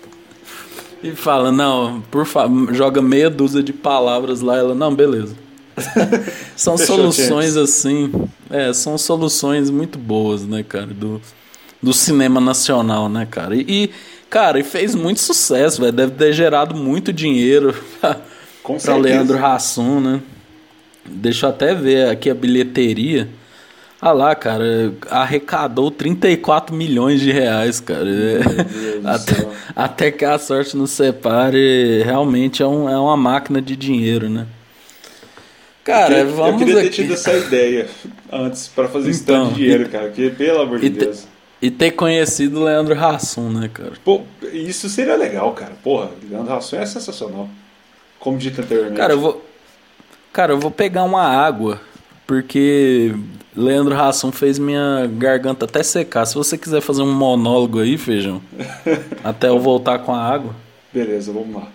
E fala, não, por favor, joga meia dúzia de palavras lá. Ela, não, beleza. São Fechou, soluções James. assim, é, são soluções muito boas, né, cara, do, do cinema nacional, né, cara? E, e, cara, e fez muito sucesso, velho, deve ter gerado muito dinheiro Com pra Leandro certeza. Hassum, né? Deixa eu até ver aqui a bilheteria. Ah lá, cara, arrecadou trinta e quatro milhões de reais, cara. É, Meu Deus do até, céu. até que a sorte nos separe, realmente é, um, é uma máquina de dinheiro, né? Eu Cara, queria, eu vamos queria ter aqui. tido essa ideia antes pra fazer esse tanto de Então, e, dinheiro, cara. Que, pelo amor de e, te- Deus. e ter conhecido o Leandro Hassum, né, cara? Pô, isso seria legal, cara. Porra, Leandro Hassum é sensacional. Como dito Cara, eu anteriormente. vou, cara, eu vou pegar uma água, porque Leandro Hassum fez minha garganta até secar. Se você quiser fazer um monólogo aí, Feijão, até eu voltar com a água. Beleza, vamos lá.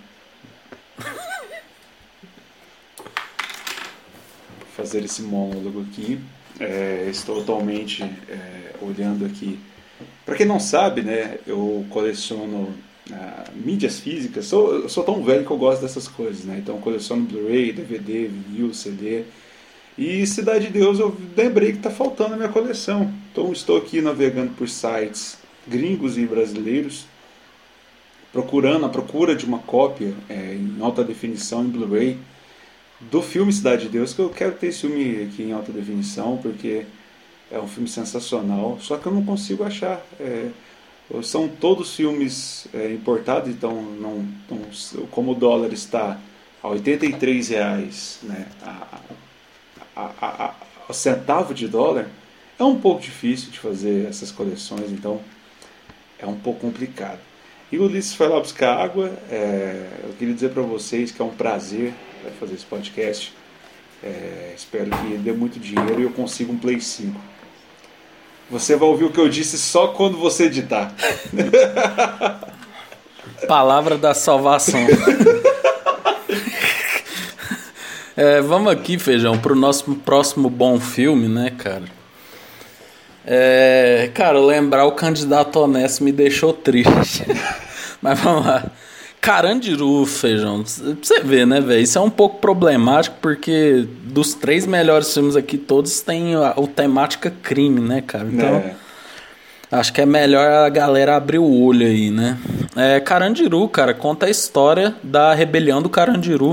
Vou fazer esse monólogo aqui. É, estou atualmente é, olhando aqui. Pra quem não sabe, né, eu coleciono ah, mídias físicas. Sou, eu sou tão velho que eu gosto dessas coisas, né? Então eu coleciono Blu-ray, D V D, vinil, C D. E Cidade de Deus eu lembrei que está faltando na minha coleção. Então estou aqui navegando por sites gringos e brasileiros, procurando a procura de uma cópia é, em alta definição em Blu-ray do filme Cidade de Deus, que eu quero ter esse filme aqui em alta definição, porque é um filme sensacional, só que eu não consigo achar. É, são todos filmes é, importados, então não, não, como o dólar está a oitenta e três reais, né, a, a, a, a, a centavo de dólar, é um pouco difícil de fazer essas coleções, então é um pouco complicado. E o Ulisses foi lá buscar água. É, eu queria dizer para vocês que é um prazer fazer esse podcast. É, espero que dê muito dinheiro e eu consiga um Play cinco. Você vai ouvir o que eu disse só quando você editar. Palavra da salvação. É, vamos aqui, Feijão, pro nosso próximo bom filme, né, cara? É, cara, lembrar o Candidato Honesto me deixou triste. Mas vamos lá. Carandiru, Feijão. Pra você ver, né, velho? Isso é um pouco problemático porque dos três melhores filmes aqui, todos têm a, a temática crime, né, cara? Então, É. acho que é melhor a galera abrir o olho aí, né? É, Carandiru, cara, conta a história da rebelião do Carandiru.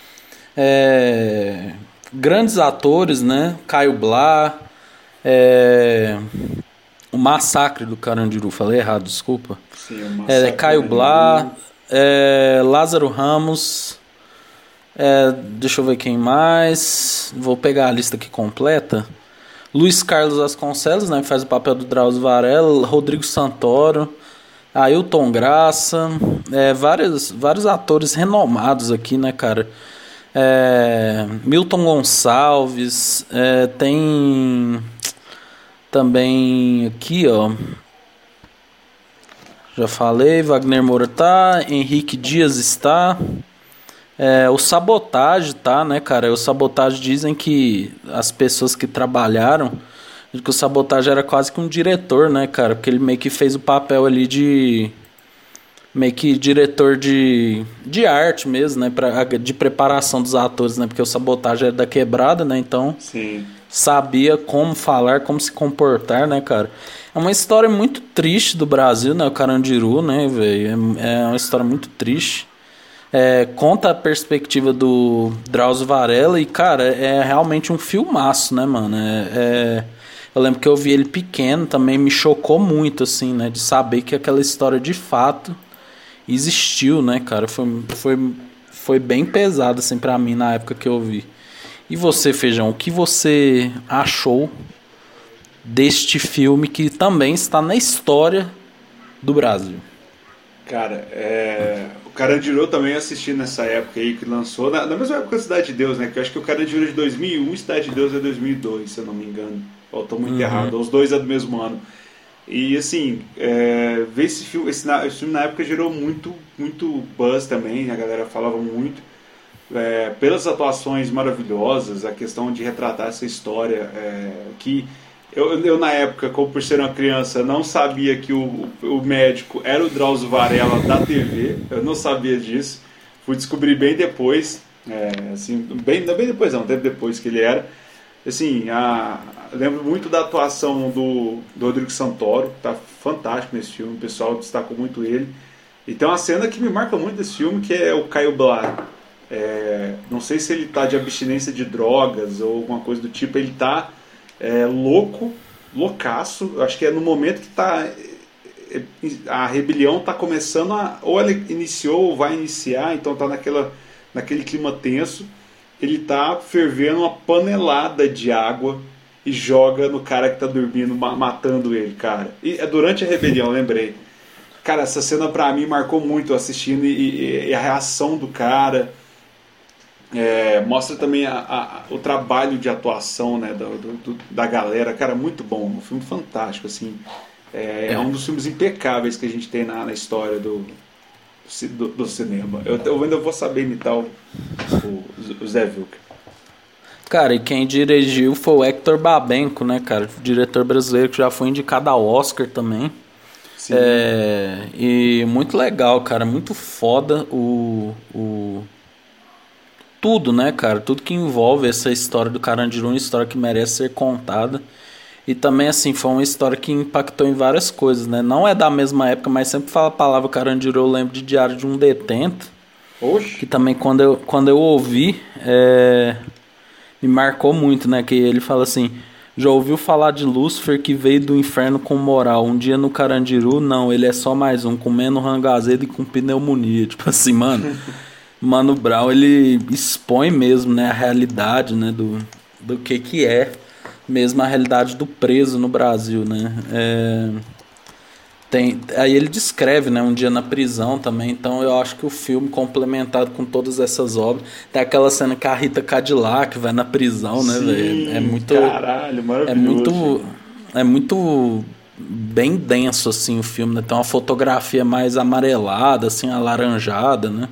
É, grandes atores, né? Caio Blá, é, o Massacre do Carandiru, falei errado, desculpa. Sim, o É, Massacre Caio do Blá, Carandiru. é, Lázaro Ramos, é, deixa eu ver quem mais. Vou pegar a lista aqui completa. Luiz Carlos Vasconcelos, né, que faz o papel do Drauzio Varela, Rodrigo Santoro, Ailton Graça, é, vários, vários atores renomados aqui, né, cara? É, Milton Gonçalves, é, tem também aqui, ó. Já falei, Wagner Moura tá, Henrique Dias está, é, o Sabotage tá, né, cara? O Sabotage dizem que as pessoas que trabalharam, que o Sabotage era quase que um diretor, né, cara? Porque ele meio que fez o papel ali de meio que diretor de, de arte mesmo, né, pra, de preparação dos atores, né, porque o Sabotagem era da Quebrada, né, então Sim. sabia como falar, como se comportar, né, cara. É uma história muito triste do Brasil, né, o Carandiru, né, velho, é, é uma história muito triste. É, conta a perspectiva do Drauzio Varela e, cara, é realmente um filmaço, né, mano, é... é eu lembro que eu vi ele pequeno, também me chocou muito, assim, né, de saber que aquela história de fato existiu, né, cara? Foi, foi, foi bem pesado, assim, pra mim na época que eu vi. E você, Feijão, o que você achou deste filme que também está na história do Brasil? Cara, é... o Carandiru também assisti nessa época aí que lançou, na, na mesma época da Cidade de Deus, né? Que eu acho que o Carandiru é de dois mil e um e Cidade de Deus é dois mil e dois, se eu não me engano. Eu tô muito Uhum. errado, os dois é do mesmo ano. E assim, é, ver esse filme, esse, esse filme na época gerou muito, muito buzz também, a galera falava muito, é, pelas atuações maravilhosas, a questão de retratar essa história, é, que eu, eu na época, como por ser uma criança, não sabia que o, o médico era o Drauzio Varela da T V, eu não sabia disso, fui descobrir bem depois, É, assim, bem, bem depois não, tempo depois que ele era. Assim, a, eu lembro muito da atuação do, do Rodrigo Santoro, tá fantástico nesse filme, o pessoal destacou muito ele. E tem uma cena que me marca muito desse filme, que é o Caio Blá. É, não sei se ele tá de abstinência de drogas ou alguma coisa do tipo, ele tá é, louco, loucaço. Acho que é no momento que tá, a rebelião tá começando a, ou ela iniciou ou vai iniciar, então tá naquela, naquele clima tenso. Ele tá fervendo uma panelada de água e joga no cara que tá dormindo, matando ele, cara. E é durante a rebelião, lembrei. Cara, essa cena pra mim marcou muito assistindo, e, e, e a reação do cara. É, mostra também a, a, o trabalho de atuação, né, do, do, da galera. Cara, muito bom, um filme fantástico, assim. É, é um dos filmes impecáveis que a gente tem na, na história do, do, do cinema. Eu, eu ainda vou saber imitar o, o, o Zé Vilker. Cara, e quem dirigiu foi o Hector Babenco, né, cara? Diretor brasileiro que já foi indicado ao Oscar também. Sim. É, e muito legal, cara. Muito foda o, o... tudo, né, cara? Tudo que envolve essa história do Carandiru, uma história que merece ser contada. E também, assim, foi uma história que impactou em várias coisas, né? Não é da mesma época, mas sempre fala a palavra Carandiru, eu lembro de Diário de um Detento. Oxe. Que também, quando eu, quando eu ouvi, é, me marcou muito, né? Que ele fala assim: já ouviu falar de Lúcifer que veio do inferno com moral? Um dia no Carandiru, não, ele é só mais um, comendo rango azedo e com pneumonia. Tipo assim, mano... Mano Brown, ele expõe mesmo, né, a realidade, né, do, do que que é mesmo a realidade do preso no Brasil, né. É, tem, aí ele descreve, né, um dia na prisão também. Então eu acho que o filme, complementado com todas essas obras, tem aquela cena que a Rita Cadillac vai na prisão, né, velho. É muito, caralho, maravilhoso. É muito, é muito bem denso, assim, o filme, né. Tem uma fotografia mais amarelada, assim, alaranjada, né.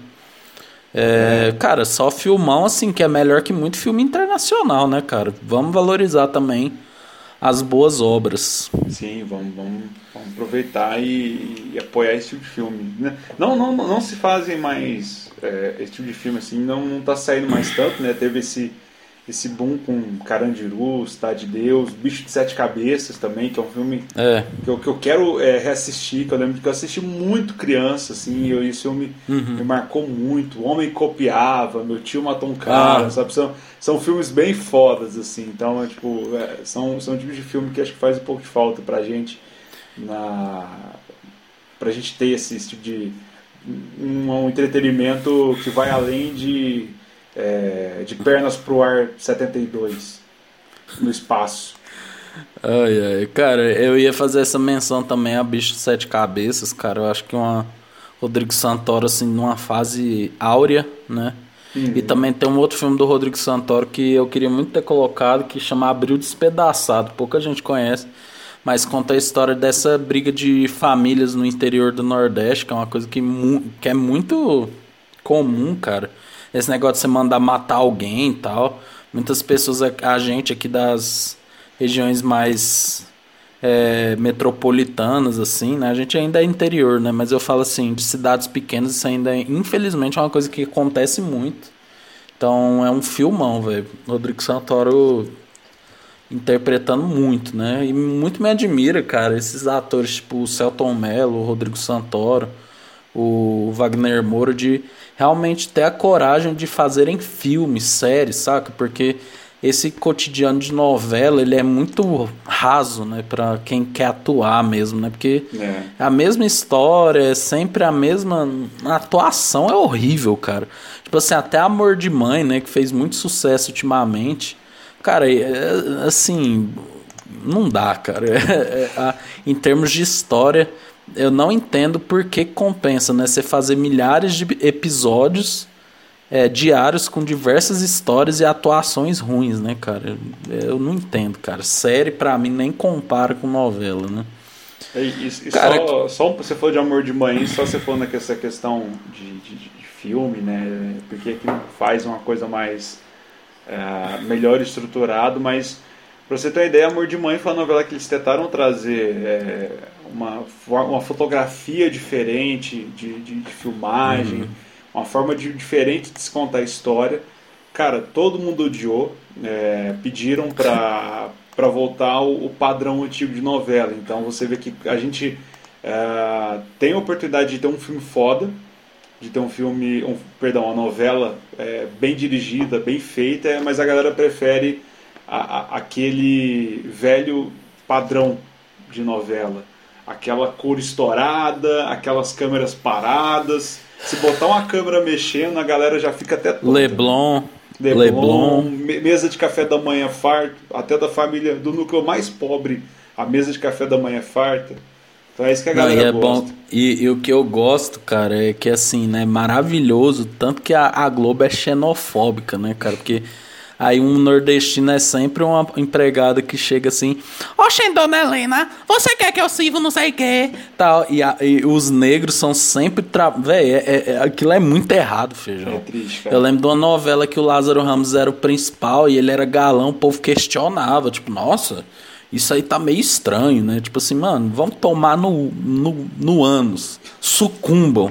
É, cara, só filmão, assim, que é melhor que muito filme internacional, né, cara? Vamos valorizar também as boas obras. Sim, vamos, vamos, vamos aproveitar e, e apoiar esse tipo de filme, né? Não, não, não se fazem mais é, esse tipo de filme, assim, não, não tá saindo mais tanto, né? Teve esse, esse boom com Carandiru, Cidade de Deus, Bicho de Sete Cabeças também, que é um filme é. que, eu, que eu quero é, reassistir, que eu lembro que eu assisti muito criança, assim, e esse filme uhum. me marcou muito. O Homem Copiava, Meu Tio Matou um Cara, ah. sabe? São, são filmes bem fodas, assim, então, é, tipo, é, são, são tipos de filme que acho que faz um pouco de falta pra gente, na, pra gente ter esse, esse tipo de um, um entretenimento que vai além de É, de Pernas pro Ar setenta e dois no espaço. Ai, ai, cara, eu ia fazer essa menção também a Bicho de Sete Cabeças, cara. Eu acho que uma Rodrigo Santoro, assim, numa fase áurea, né? Uhum. E também tem um outro filme do Rodrigo Santoro que eu queria muito ter colocado, que chama Abril Despedaçado. Pouca gente conhece, mas conta a história dessa briga de famílias no interior do Nordeste, que é uma coisa que, que é muito comum, cara. Esse negócio de você mandar matar alguém e tal. Muitas pessoas, a gente aqui das regiões mais é, metropolitanas, assim, né? A gente ainda é interior, né? Mas eu falo assim, de cidades pequenas, isso ainda, é, infelizmente, é uma coisa que acontece muito. Então, é um filmão, velho. Rodrigo Santoro interpretando muito, né? E muito me admira, cara, esses atores, tipo o Selton Mello, o Rodrigo Santoro, o Wagner Moura, de realmente ter a coragem de fazerem filmes, séries, saca? Porque esse cotidiano de novela, ele é muito raso, né? Pra quem quer atuar mesmo, né? Porque é a mesma história, é sempre a mesma... A atuação é horrível, cara. Tipo assim, até Amor de Mãe, né? Que fez muito sucesso ultimamente. Cara, é, assim... Não dá, cara. É, é, a, em termos de história... Eu não entendo por que compensa, né? Você fazer milhares de episódios é, diários com diversas histórias e atuações ruins, né, cara? Eu não entendo, cara. Série, pra mim, nem compara com novela, né? E, e, e cara, só, só você falou de Amor de Mãe, só você falando nessa questão de, de, de filme, né? Porque que faz uma coisa mais é, melhor estruturado, mas pra você ter uma ideia, Amor de Mãe foi uma novela que eles tentaram trazer é, uma, uma fotografia diferente de, de, de filmagem, uhum. uma forma de, diferente de se contar a história. Cara, todo mundo odiou, é, pediram pra, pra voltar o, o padrão antigo de novela. Então você vê que a gente é, tem a oportunidade de ter um filme foda, de ter um filme, um, perdão, uma novela é, bem dirigida, bem feita, mas a galera prefere a, a, aquele velho padrão de novela. Aquela cor estourada, aquelas câmeras paradas. Se botar uma câmera mexendo, a galera já fica até tonta. Leblon... Leblon, Leblon, mesa de café da manhã farta, até da família, do núcleo mais pobre, a mesa de café da manhã farta. Então é isso que a galera Não, e é gosta. Bom, e, e o que eu gosto, cara, é que assim, né, maravilhoso, tanto que a, a Globo é xenofóbica, né, cara, porque aí um nordestino é sempre uma empregada que chega assim, oxe, dona Helena, você quer que eu sirva não sei o quê? Tal, e, a, e os negros são sempre, tra... véi, é, é, é, aquilo é muito errado, Feijão. É triste, cara. Eu lembro de uma novela que o Lázaro Ramos era o principal e ele era galão, o povo questionava, tipo, nossa, isso aí tá meio estranho, né? Tipo assim, mano, vamos tomar no, no, no ânus, sucumbam.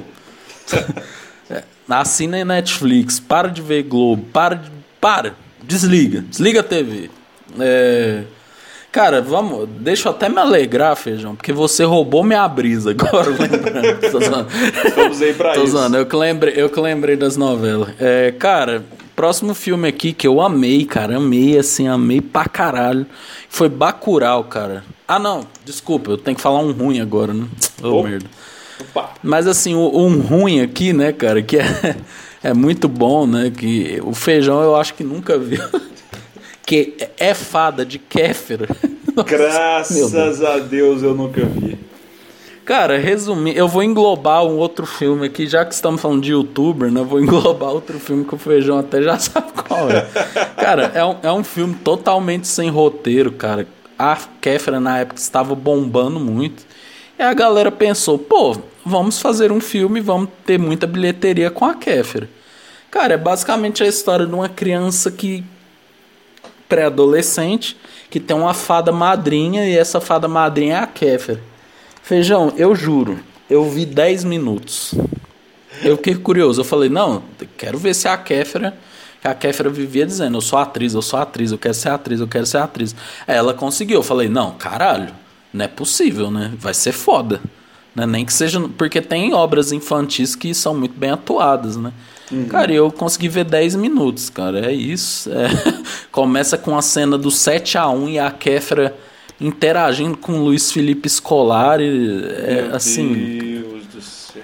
Assina aí Netflix, para de ver Globo, para de... Para! Desliga, desliga a T V. É... Cara, vamos, deixa eu até me alegrar, Feijão, porque você roubou minha brisa agora, lembrando. Tô zoando. Estamos aí pra Tô isso. zoando, eu que lembrei, eu que lembrei das novelas. É, cara, próximo filme aqui que eu amei, cara, amei, assim, amei pra caralho, foi Bacurau, cara. Ah, não, desculpa, eu tenho que falar um ruim agora, né? Ô, oh, merda. Opa. Mas, assim, o, um ruim aqui, né, cara, que é... É muito bom, né? Que o Feijão eu acho que nunca viu. Que é fada de Kéfera. Graças a Deus eu nunca vi. Cara, resumindo, eu vou englobar um outro filme aqui, já que estamos falando de youtuber, né? Eu vou englobar outro filme que o Feijão até já sabe qual é. Cara, é um, é um filme totalmente sem roteiro, cara. A Kéfera na época estava bombando muito. E a galera pensou, pô, vamos fazer um filme, vamos ter muita bilheteria com a Kéfera. Cara, é basicamente a história de uma criança que pré-adolescente, que tem uma fada madrinha, e essa fada madrinha é a Kéfera. Feijão, eu juro, eu vi dez minutos. Eu fiquei curioso, eu falei, não, quero ver se a Kéfera... A Kéfera vivia dizendo, eu sou atriz, eu sou atriz, eu quero ser atriz, eu quero ser atriz. Aí ela conseguiu, eu falei, não, caralho, não é possível, né? Vai ser foda. Né? Nem que seja... Porque tem obras infantis que são muito bem atuadas, né? Uhum. Cara, eu consegui ver dez minutos, cara. É isso. É... Começa com a cena do sete a um e a Kéfera interagindo com o Luiz Felipe Scolari. É, Meu assim... Deus do céu.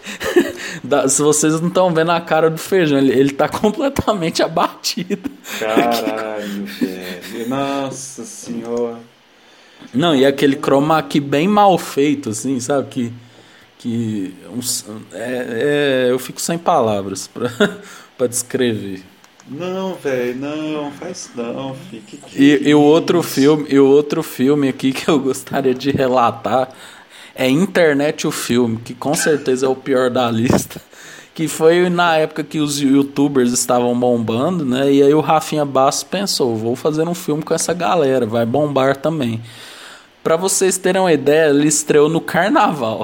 Se vocês não estão vendo a cara do Feijão, ele, ele tá completamente abatido. Caralho, velho. Nossa senhora. Não, e aquele chroma key bem mal feito, assim, sabe? Que, que uns, é, é, eu fico sem palavras pra, pra descrever. Não, velho, não, faz não, filho. Que que e, é e o outro filme, e o outro filme aqui que eu gostaria de relatar é Internet o Filme, que com certeza é o pior da lista. Que foi na época que os youtubers estavam bombando, né? E aí o Rafinha Bastos pensou, vou fazer um filme com essa galera, vai bombar também. Pra vocês terem uma ideia, ele estreou no Carnaval.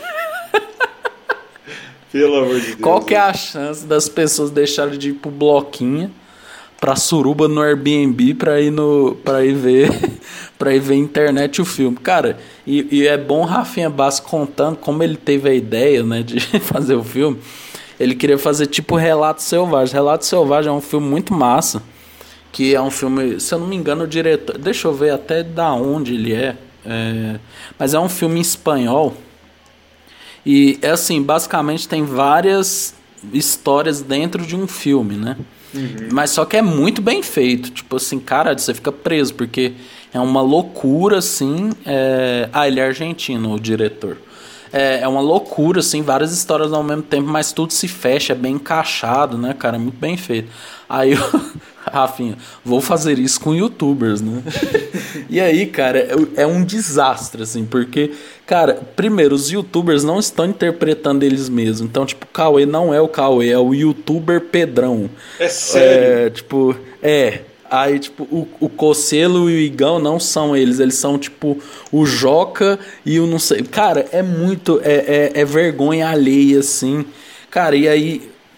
Pelo amor de Deus. Qual que é a chance das pessoas deixarem de ir pro Bloquinha, pra Suruba no Airbnb, pra ir, no, pra ir ver pra ir ver Internet o Filme? Cara, e, e é bom o Rafinha Bastos contando como ele teve a ideia, né, de fazer o filme. Ele queria fazer tipo Relatos Selvagens. Relatos Selvagens é um filme muito massa, que é um filme, se eu não me engano, o diretor... Deixa eu ver até da onde ele é. é mas é um filme em espanhol. E é assim, basicamente tem várias histórias dentro de um filme, né? Uhum. Mas só que é muito bem feito. Tipo assim, cara, você fica preso, porque é uma loucura, assim... É... Ah, ele é argentino, o diretor. É, é uma loucura, assim, várias histórias ao mesmo tempo, mas tudo se fecha, é bem encaixado, né, cara? É muito bem feito. Aí eu, Rafinha, vou fazer isso com youtubers, né? E aí, cara, é, é um desastre, assim, porque, cara, primeiro, os youtubers não estão interpretando eles mesmos. Então, tipo, o Cauê não é o Cauê, é o youtuber Pedrão. É sério? É, tipo, é... Aí, tipo, o, o Cocelo e o Igão não são eles. Eles são, tipo, o Joca e o não sei... Cara, é muito... É, é, é vergonha alheia, assim. Cara, e aí...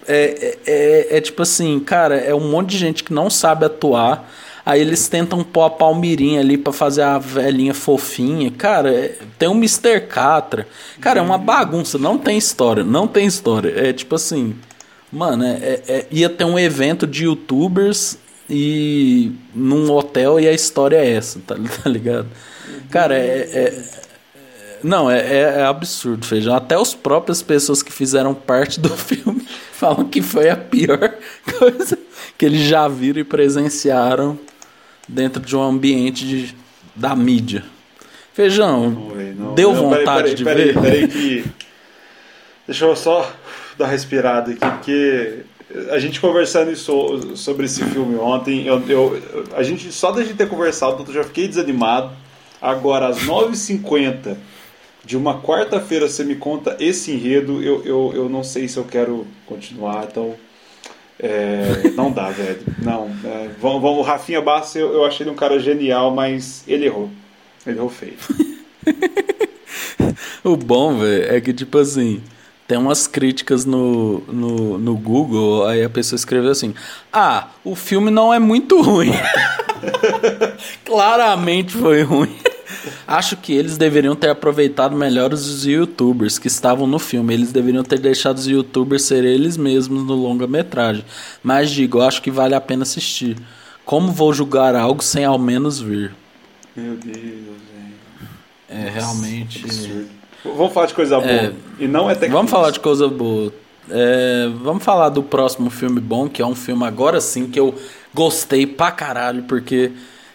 É, é, é tipo assim, cara, é um monte de gente que não sabe atuar. Aí eles tentam pôr a Palmirinha ali pra fazer a velhinha fofinha. Cara, é, tem um mister Catra. Cara, é uma bagunça, não tem história, não tem história. É tipo assim, mano, é, é, é, ia ter um evento de youtubers e num hotel e a história é essa, tá, tá ligado? Cara, é, é não, é, é, é absurdo, Feijão. Até as próprias pessoas que fizeram parte do filme falam que foi a pior coisa que eles já viram e presenciaram dentro de um ambiente de, da mídia. Feijão, não, não, deu não, vontade peraí, peraí, de peraí, ver? Peraí, que... Deixa eu só dar uma respirada aqui, porque a gente conversando isso, sobre esse filme ontem, eu, eu, a gente, só da gente ter conversado, eu já fiquei desanimado. Agora, às nove e cinquenta de uma quarta-feira, você me conta esse enredo, eu, eu, eu não sei se eu quero continuar, então é, não dá, velho. Não, é, vamos, vamos, o Rafinha Bastos, eu, eu achei ele um cara genial, mas ele errou. Ele errou feio. O bom, velho, é que tipo assim, tem umas críticas no, no, no Google, aí a pessoa escreveu assim: ah, o filme não é muito ruim. Claramente foi ruim. Acho que eles deveriam ter aproveitado melhor os youtubers que estavam no filme. Eles deveriam ter deixado os youtubers ser eles mesmos no longa-metragem. Mas digo, acho que vale a pena assistir. Como vou julgar algo sem ao menos ver? Meu Deus, velho. É realmente absurdo. Vamos falar de coisa boa. É, e não é tec... Vamos falar de coisa boa. É, vamos falar do próximo filme bom, que é um filme agora sim que eu gostei pra caralho, porque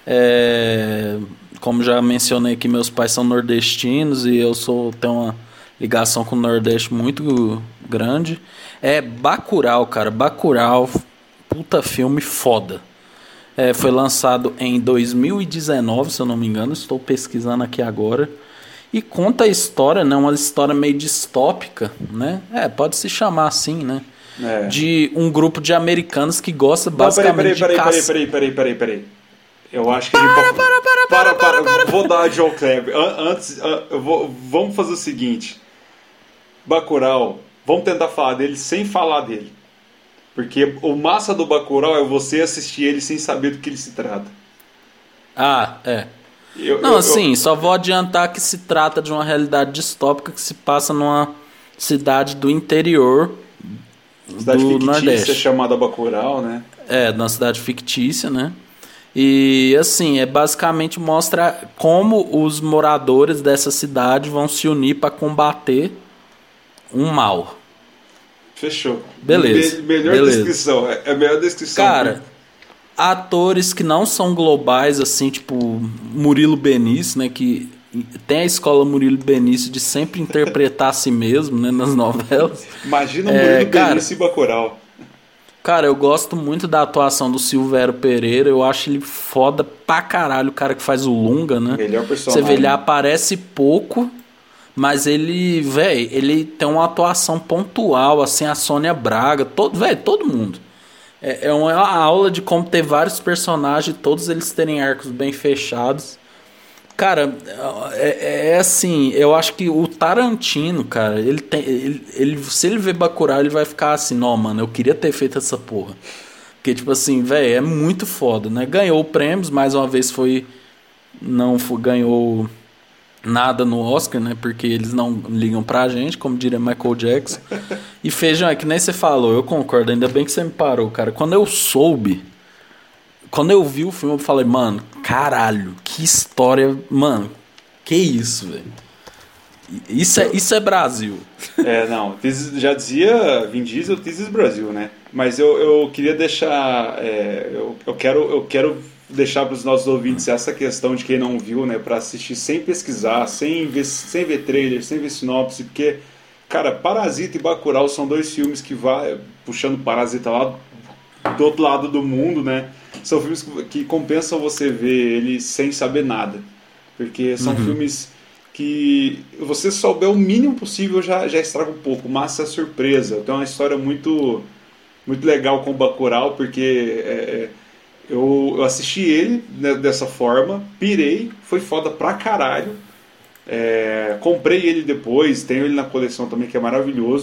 é, como já mencionei aqui, meus pais são nordestinos e eu sou tenho uma ligação com o Nordeste muito grande. É Bacurau, cara. Bacurau, puta filme foda. É, foi lançado em dois mil e dezenove, se eu não me engano. Estou pesquisando aqui agora. E conta a história, né? Uma história meio distópica, né? É, pode se chamar assim, né? É. De um grupo de americanos que gosta basicamente peraí, peraí, de caça... Peraí, peraí, peraí, peraí, peraí. Eu acho que a gente pode... Para, para, para, para, para, para. Vou dar a Joe Kleber. Antes, eu vou... vamos fazer o seguinte. Bacurau, vamos tentar falar dele sem falar dele. Porque o massa do Bacurau é você assistir ele sem saber do que ele se trata. Ah, é. Eu, Não, eu, assim, eu... só vou adiantar que se trata de uma realidade distópica que se passa numa cidade do interior cidade do fictícia Nordeste. Chamada Bacurau, né? É, numa cidade fictícia, né? E, assim, é basicamente mostra como os moradores dessa cidade vão se unir para combater um mal. Fechou. Beleza. Me- melhor Beleza. descrição. É a melhor descrição. Cara, atores que não são globais, assim, tipo Murilo Benício, né? Que tem a escola Murilo Benício de sempre interpretar a si mesmo, né? Nas novelas. Imagina o É, Murilo cara, Benício e Bacurau. Cara, eu gosto muito da atuação do Silvério Pereira. Eu acho ele foda pra caralho, o cara que faz o Lunga, né? Melhor personagem. Você vê, ele aparece pouco, mas ele, velho, ele tem uma atuação pontual, assim, a Sônia Braga, todo, velho, todo mundo. É, é uma aula de como ter vários personagens, todos eles terem arcos bem fechados. Cara, é, é assim, eu acho que o Tarantino, cara, ele tem, ele, ele, se ele ver Bacurau, ele vai ficar assim, não, mano, eu queria ter feito essa porra. Porque, tipo assim, velho, é muito foda, né? Ganhou prêmios, mais uma vez foi, não foi, ganhou nada no Oscar, né? Porque eles não ligam pra gente, como diria Michael Jackson. E Feijão, é que nem você falou, eu concordo, ainda bem que você me parou, cara. Quando eu soube, quando eu vi o filme, eu falei, mano, caralho, que história, mano, que isso, velho. Isso é, isso é Brasil. É, não, já dizia Vin Diesel, This is Brasil, né? Mas eu, eu queria deixar, é, eu, eu, quero, eu quero deixar para os nossos ouvintes essa questão de quem não viu, né, para assistir sem pesquisar, sem ver, sem ver trailer, sem ver sinopse, porque, cara, Parasita e Bacurau são dois filmes que vai puxando Parasita lá do outro lado do mundo, né? São filmes que compensam você ver eles sem saber nada, porque são uhum. filmes que você souber o mínimo possível já, já estraga um pouco, mas é surpresa. Então é uma história muito, muito legal com o Bacurau, porque é, eu, eu assisti ele, né, dessa forma, pirei, foi foda pra caralho. É, comprei ele depois, tenho ele na coleção também, que é maravilhoso.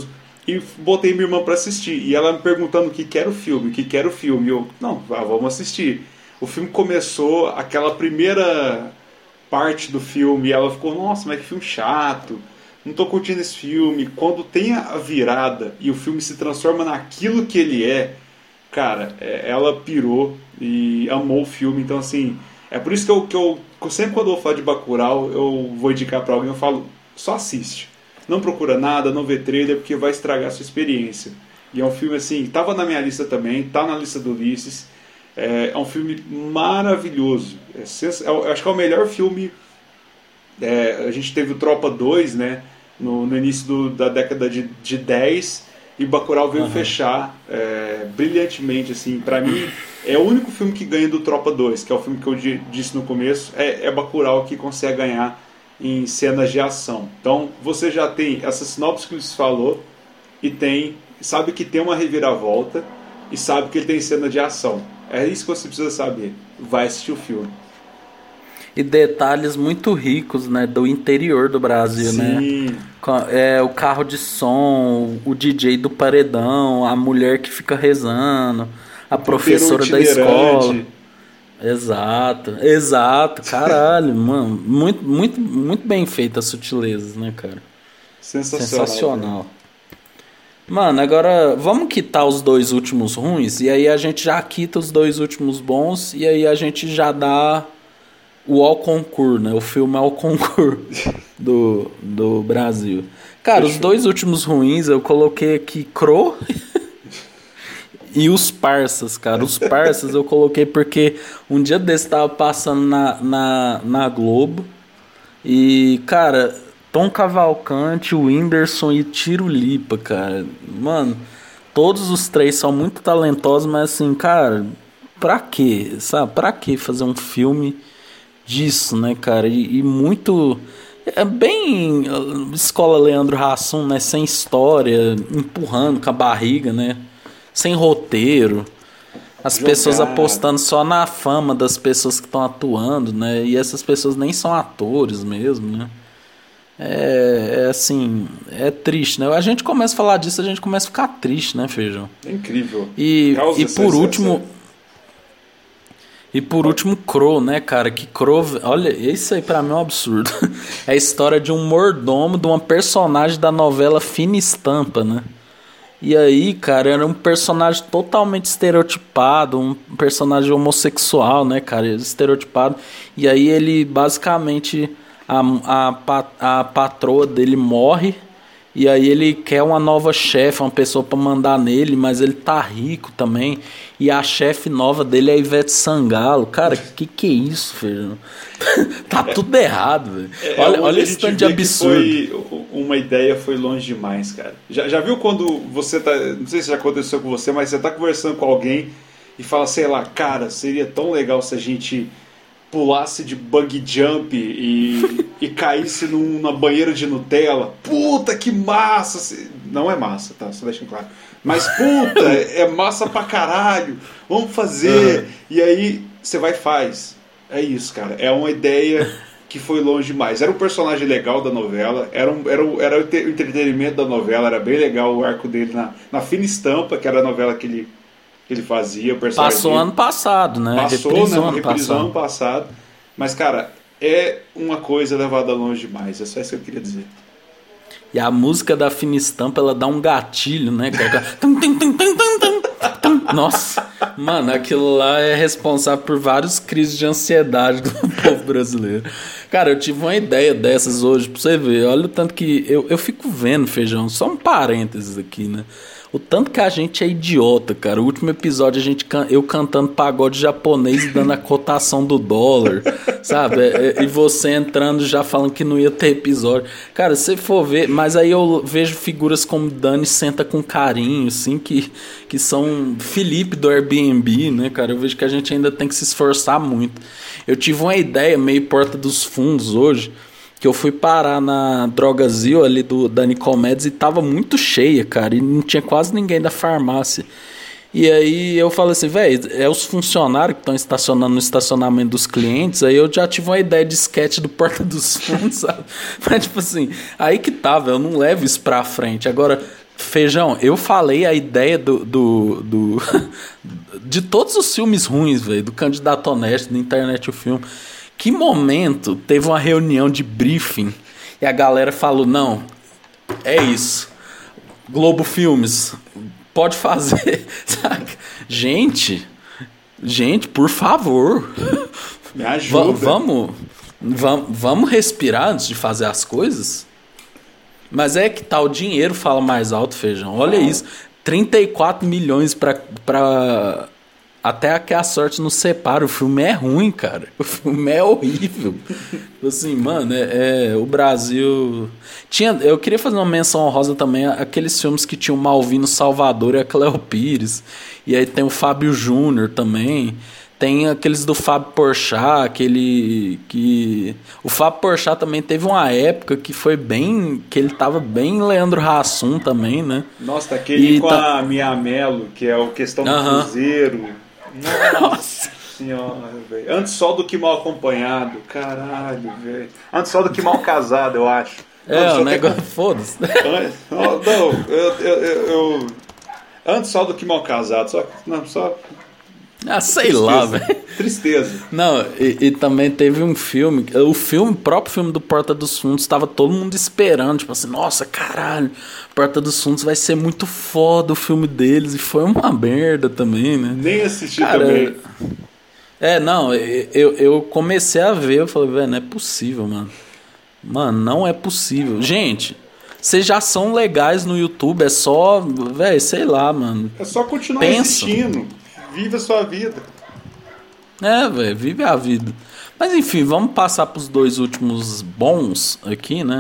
e botei minha irmã pra assistir. E ela me perguntando o que que era o filme, o que que era o filme. E eu, não, vamos assistir. O filme começou, aquela primeira parte do filme, e ela ficou, nossa, mas que filme chato, não tô curtindo esse filme. Quando tem a virada e o filme se transforma naquilo que ele é, cara, ela pirou e amou o filme. Então, assim, é por isso que eu, que eu sempre quando eu vou falar de Bacurau, eu vou indicar pra alguém, eu falo, só assiste. Não procura nada, não vê trailer, porque vai estragar a sua experiência. E é um filme, assim, tava na minha lista também, tá na lista do Ulisses. É, é um filme maravilhoso. É sens... Eu acho que é o melhor filme. É, a gente teve o Tropa dois, né, no, no início do, da década de, de dez, e Bacurau veio uhum. fechar é, brilhantemente. Assim, pra mim, é o único filme que ganha do Tropa dois, que é o filme que eu disse no começo. É, é Bacurau que consegue ganhar em cenas de ação. Então você já tem essa sinopse que o Luiz falou, e tem, sabe que tem uma reviravolta, e sabe que ele tem cena de ação. É isso que você precisa saber. Vai assistir o filme. E detalhes muito ricos, né, do interior do Brasil, Sim. né? É, o carro de som, o D J do paredão, a mulher que fica rezando, a professora da escola. Exato, exato, caralho, mano. Muito, muito, muito bem feito as sutilezas, né, cara? Sensacional. Sensacional. Mano, agora vamos quitar os dois últimos ruins, e aí a gente já quita os dois últimos bons, e aí a gente já dá o ao concurso, né? O filme ao concurso do, do Brasil. Cara, Fechou. Os dois últimos ruins eu coloquei aqui Cro e os Parsas, cara. Os Parsas eu coloquei porque um dia desse tava passando na, na, na Globo, e, cara, Tom Cavalcante, o Whindersson e Tiro Lipa, cara. Mano, todos os três são muito talentosos, mas assim, cara, pra quê? Sabe? Pra que fazer um filme disso, né, cara? E, e muito... É bem escola Leandro Hassum, né? Sem história, empurrando com a barriga, né? Sem roteiro. As Jogado. Pessoas apostando só na fama das pessoas que estão atuando, né? E essas pessoas nem são atores mesmo, né? É, é assim, é triste, né? A gente começa a falar disso, a gente começa a ficar triste, né, Feijão? É incrível. E, e por último... E por último, Cro, né, cara? Que Cro... Olha, isso aí pra mim é um absurdo. É a história de um mordomo, de uma personagem da novela Fina Estampa, né? E aí, cara, era um personagem totalmente estereotipado, um personagem homossexual, né, cara? Estereotipado. E aí ele, basicamente... A, a, a patroa dele morre, e aí ele quer uma nova chefe, uma pessoa pra mandar nele, mas ele tá rico também, e a chefe nova dele é a Ivete Sangalo. Cara, que que é isso, filho? Tá tudo errado, velho. É, olha é olha esse tanto de absurdo. Foi, uma ideia foi longe demais, cara. Já, já viu quando você tá, não sei se já aconteceu com você, mas você tá conversando com alguém e fala, sei lá, cara, seria tão legal se a gente pulasse de bungee jump e, e caísse numa banheira de Nutella. Puta, que massa! Não é massa, tá? Só deixa claro. Mas, puta, é massa pra caralho. Vamos fazer. Uhum. E aí, você vai e faz. É isso, cara. É uma ideia que foi longe demais. Era um personagem legal da novela. Era, um, era, um, era o entretenimento da novela. Era bem legal o arco dele na, na Fina Estampa, que era a novela que ele... que ele fazia, o personagem Passou dele. ano passado, né? Passou, reprisou né? Ano Reprisou passado. ano passado. Mas, cara, é uma coisa levada longe demais. É só isso que eu queria dizer. E a música da Fina Estampa, ela dá um gatilho, né? Nossa, mano, aquilo lá é responsável por vários crises de ansiedade do povo brasileiro. Cara, eu tive uma ideia dessas hoje, pra você ver. Olha o tanto que... Eu, eu fico vendo, Feijão, só um parênteses aqui, né? O tanto que a gente é idiota, cara. O último episódio, a gente can... eu cantando pagode japonês e dando a cotação do dólar, sabe? E você entrando já falando que não ia ter episódio. Cara, se você for ver... Mas aí eu vejo figuras como Dani Senta com Carinho, assim, que, que são Felipe do Airbnb, né, cara? Eu vejo que a gente ainda tem que se esforçar muito. Eu tive uma ideia meio porta dos fundos hoje, que eu fui parar na Drogazil ali do, da Nicomedes e tava muito cheia, cara, e não tinha quase ninguém da farmácia. E aí eu falei assim, velho, é os funcionários que estão estacionando no estacionamento dos clientes. Aí eu já tive uma ideia de sketch do Porta dos Fundos, sabe? Mas tipo assim, aí que tá, velho, eu não levo isso pra frente. Agora, Feijão, eu falei a ideia do, do, do de todos os filmes ruins, velho, do Candidato Honesto, da Internet o Filme. Que momento teve uma reunião de briefing e a galera falou, não, é isso, Globo Filmes, pode fazer, sabe? Gente, gente, por favor, me ajuda. V- vamos, vamos, vamos respirar antes de fazer as coisas? Mas é que tá, o dinheiro fala mais alto, Feijão. Olha isso, trinta e quatro milhões pra, pra... Até que a sorte nos separa. O filme é ruim, cara. O filme é horrível. Assim, mano, é, é, o Brasil... Tinha, eu queria fazer uma menção honrosa também àqueles filmes que tinham o Malvino Salvador e a Cleo Pires. E aí tem o Fábio Júnior também... Tem aqueles do Fábio Porchat, aquele que... O Fábio Porchat também teve uma época que foi bem... Que ele tava bem Leandro Hassum também, né? Nossa, aquele e com tá... a Mia Mello, que é o Questão do uh-huh. Cruzeiro. Nossa, Nossa senhora, velho. Antes só do que Mal Acompanhado. Caralho, velho. Antes só do que Mal Casado, eu acho. É, o que... negócio... Foda-se. Não, eu, eu, eu, eu... Antes só do que Mal Casado. Só... Não, só... Ah, sei Tristeza. lá, velho. Tristeza. Não, e, e também teve um filme, o filme, o próprio filme do Porta dos Fundos, estava todo mundo esperando, tipo assim, nossa, caralho, Porta dos Fundos vai ser muito foda o filme deles, e foi uma merda também, né? Nem assisti Cara, também. É, não, eu, eu comecei a ver, eu falei, velho, não é possível, mano. Mano, não é possível. Gente, vocês já são legais no YouTube, é só, velho, sei lá, mano. É só continuar Pensa. existindo. Viva a sua vida. É, velho, vive a vida. Mas enfim, vamos passar pros dois últimos bons aqui, né?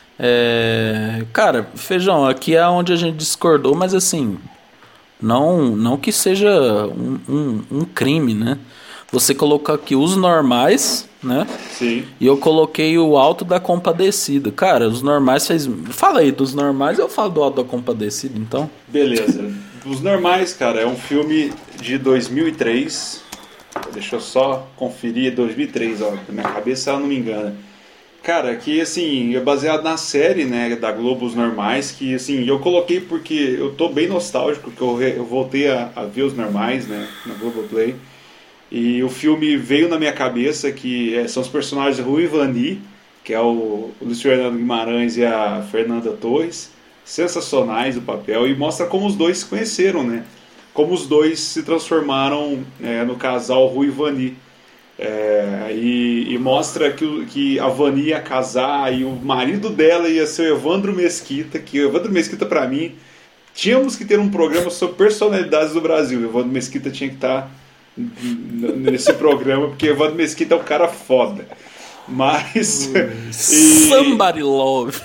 É... Cara, Feijão, aqui é onde a gente discordou, mas assim, não, não que seja um, um, um crime, né? Você colocou aqui os normais, né? Sim. E eu coloquei o Alto da Compadecida. Cara, os normais fez... Fala aí dos normais, eu falo do Alto da Compadecida, então. Beleza. Os Normais, cara, é um filme de dois mil e três. Deixa eu só conferir, dois mil e três, ó, na minha cabeça ela não me engana. Cara, que assim, é baseado na série, né, da Globo Os Normais, que assim, eu coloquei porque eu tô bem nostálgico, que eu, eu voltei a, a ver Os Normais, né, na Globoplay. E o filme veio na minha cabeça que é, são os personagens Rui e Vani, que é o, o Luiz Fernando Guimarães e a Fernanda Torres. Sensacionais o papel, e mostra como os dois se conheceram, né? Como os dois se transformaram é, no casal Rui e Vani. É, e, e mostra que, que a Vani ia casar e o marido dela ia ser o Evandro Mesquita, que o Evandro Mesquita, pra mim, tínhamos que ter um programa sobre personalidades do Brasil. O Evandro Mesquita tinha que estar nesse programa, porque o Evandro Mesquita é um cara foda. Mas. e... Somebody love.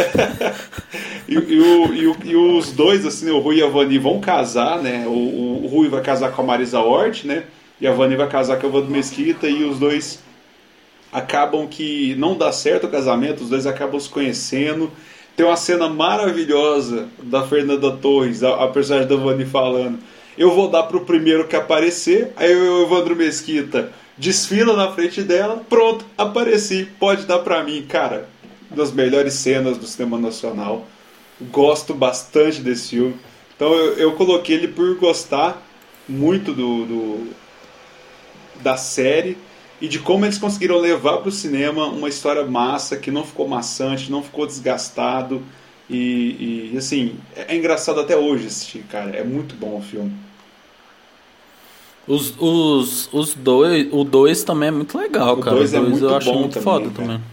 e, e, o, e, o, e os dois, assim, o Rui e a Vani vão casar, né? O, o Rui vai casar com a Marisa Hort, né? E a Vani vai casar com o Evandro Mesquita, e os dois acabam que não dá certo o casamento, os dois acabam se conhecendo. Tem uma cena maravilhosa da Fernanda Torres, a, a personagem da Vani falando: eu vou dar pro primeiro que aparecer. Aí o Evandro Mesquita desfila na frente dela, pronto, apareci, pode dar pra mim. Cara, das melhores cenas do cinema nacional. Gosto bastante desse filme. Então eu, eu coloquei ele por gostar muito do, do da série e de como eles conseguiram levar pro cinema uma história massa, que não ficou maçante, não ficou desgastado. E, e assim, é, é engraçado até hoje assistir, cara. É muito bom o filme. Os, os, os dois, o dois também é muito legal, o cara. Dois o dois é muito eu acho bom muito também, foda cara. também.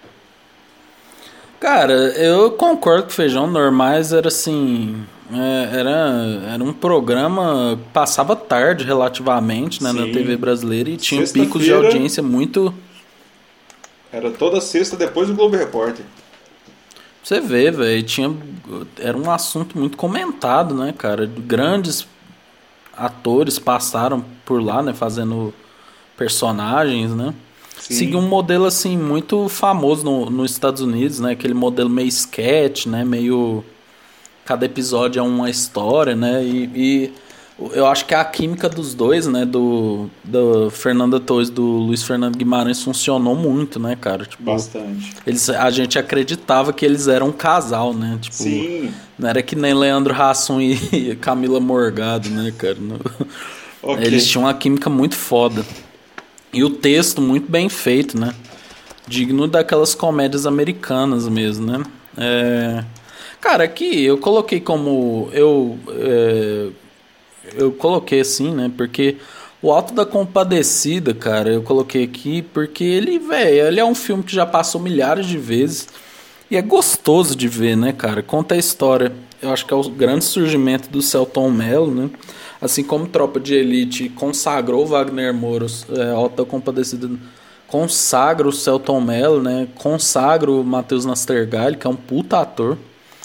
Cara, eu concordo que Feijão Normais era assim. É, era, era um programa que passava tarde relativamente, né, na T V brasileira, e tinha picos de audiência muito. Era toda sexta depois do Globo Repórter. Você vê, velho, tinha. Era um assunto muito comentado, né, cara? Grandes atores passaram por lá, né, fazendo personagens, né? Seguiu um modelo assim muito famoso no, nos Estados Unidos, né? Aquele modelo meio sketch, né? Meio cada episódio é uma história, né? E, e Eu acho que a química dos dois, né, do, do Fernanda Torres, do Luiz Fernando Guimarães, funcionou muito, né, cara? Tipo, bastante. Eles, a gente acreditava que eles eram um casal, né? Tipo, Sim. Não era que nem Leandro Hassum e Camila Morgado, né, cara? Okay. Eles tinham uma química muito foda. E o texto muito bem feito, né? Digno daquelas comédias americanas mesmo, né? É... Cara, aqui eu coloquei como... Eu... É... Eu coloquei assim, né? Porque o Alto da Compadecida, cara, eu coloquei aqui porque ele, velho, ele é um filme que já passou milhares de vezes e é gostoso de ver, né, cara? Conta a história. Eu acho que é o grande surgimento do Selton Mello, né? Assim como Tropa de Elite consagrou Wagner Moura, é, Alto da Compadecida consagra o Selton Mello, né? Consagra o Matheus Nastergalli, que é um puta ator.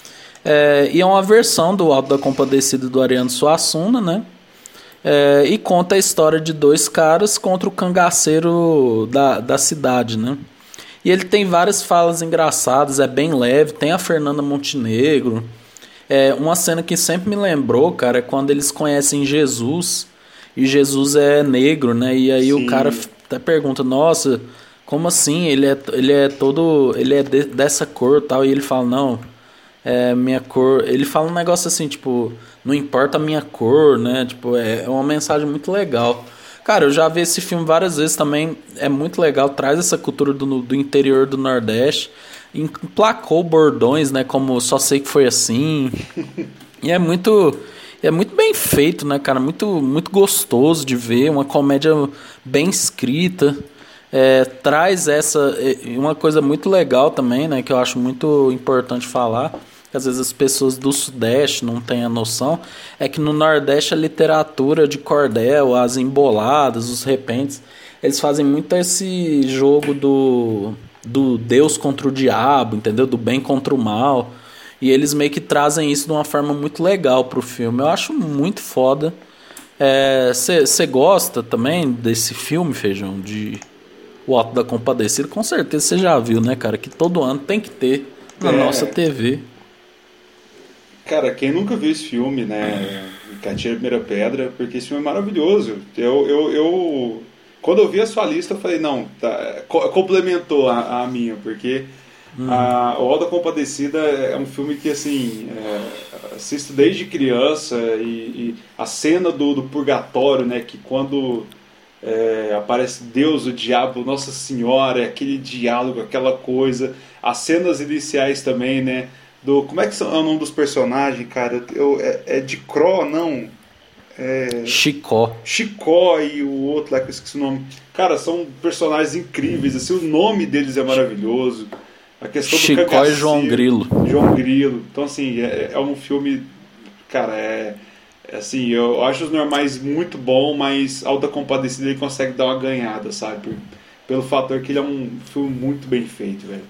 É, e é uma versão do Alto da Compadecida do Ariano Suassuna, né? É, e conta a história de dois caras contra o cangaceiro da, da cidade, né? E ele tem várias falas engraçadas, é bem leve. Tem a Fernanda Montenegro. É, uma cena que sempre me lembrou, cara, é quando eles conhecem Jesus. E Jesus é negro, né? E aí Sim. o cara até pergunta, nossa, como assim? Ele é, ele é todo... Ele é de, dessa cor e tal. E ele fala, não... É, minha cor, ele fala um negócio assim, tipo, não importa a minha cor, né? Tipo, é uma mensagem muito legal. Cara, eu já vi esse filme várias vezes também, é muito legal, traz essa cultura do, do interior do Nordeste, emplacou bordões, né? Como Só Sei Que Foi Assim. E é muito, é muito bem feito, né, cara? Muito, muito gostoso de ver, uma comédia bem escrita. É, traz essa, uma coisa muito legal também, né, que eu acho muito importante falar, que às vezes as pessoas do Sudeste não têm a noção, é que no Nordeste a literatura de cordel, as emboladas, os repentes, eles fazem muito esse jogo do, do Deus contra o diabo, entendeu? Do bem contra o mal, e eles meio que trazem isso de uma forma muito legal pro filme. Eu acho muito foda. Você é, gosta também desse filme, Feijão, de O Alto da Compadecida? Com certeza você já viu, né, cara? Que todo ano tem que ter na é. nossa T V. Cara, quem nunca viu esse filme, né? Catira a Primeira Pedra, porque esse filme é maravilhoso. Eu, eu, eu quando eu vi a sua lista, eu falei, não, tá, complementou a, a minha, porque hum. a, o Alto da Compadecida é um filme que, assim, é, assisto desde criança, e, e a cena do, do purgatório, né? Que quando... É, aparece Deus, o diabo, Nossa Senhora, aquele diálogo, aquela coisa, as cenas iniciais também, né? Do, como é que são, é o nome dos personagens, cara? Eu, é, é de Cro, não? É... Chicó. Chicó e o outro lá que eu esqueci o nome. Cara, são personagens incríveis, assim, o nome deles é maravilhoso. A questão Chicó do Chicó e João Grilo. João Grilo. Então, assim, é, é um filme, cara, é... Assim, eu acho os normais muito bom, mas Alta Compadecida ele consegue dar uma ganhada, sabe? Pelo fator que ele é um filme muito bem feito, velho.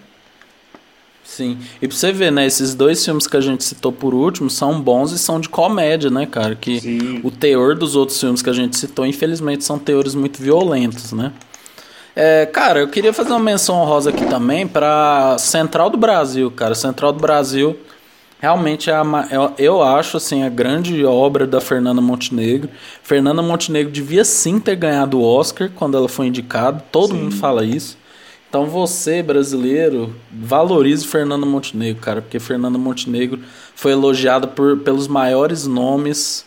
Sim, e pra você ver, né, esses dois filmes que a gente citou por último são bons e são de comédia, né, cara? Que Sim. o teor dos outros filmes que a gente citou, infelizmente, são teores muito violentos, né? É, cara, eu queria fazer uma menção honrosa aqui também pra Central do Brasil, cara. Central do Brasil... Realmente, é a, eu, eu acho assim, a grande obra da Fernanda Montenegro. Fernanda Montenegro devia sim ter ganhado o Oscar quando ela foi indicada. Todo sim. mundo fala isso. Então você, brasileiro, valorize Fernanda Montenegro, cara. Porque Fernanda Montenegro foi elogiada por, pelos maiores nomes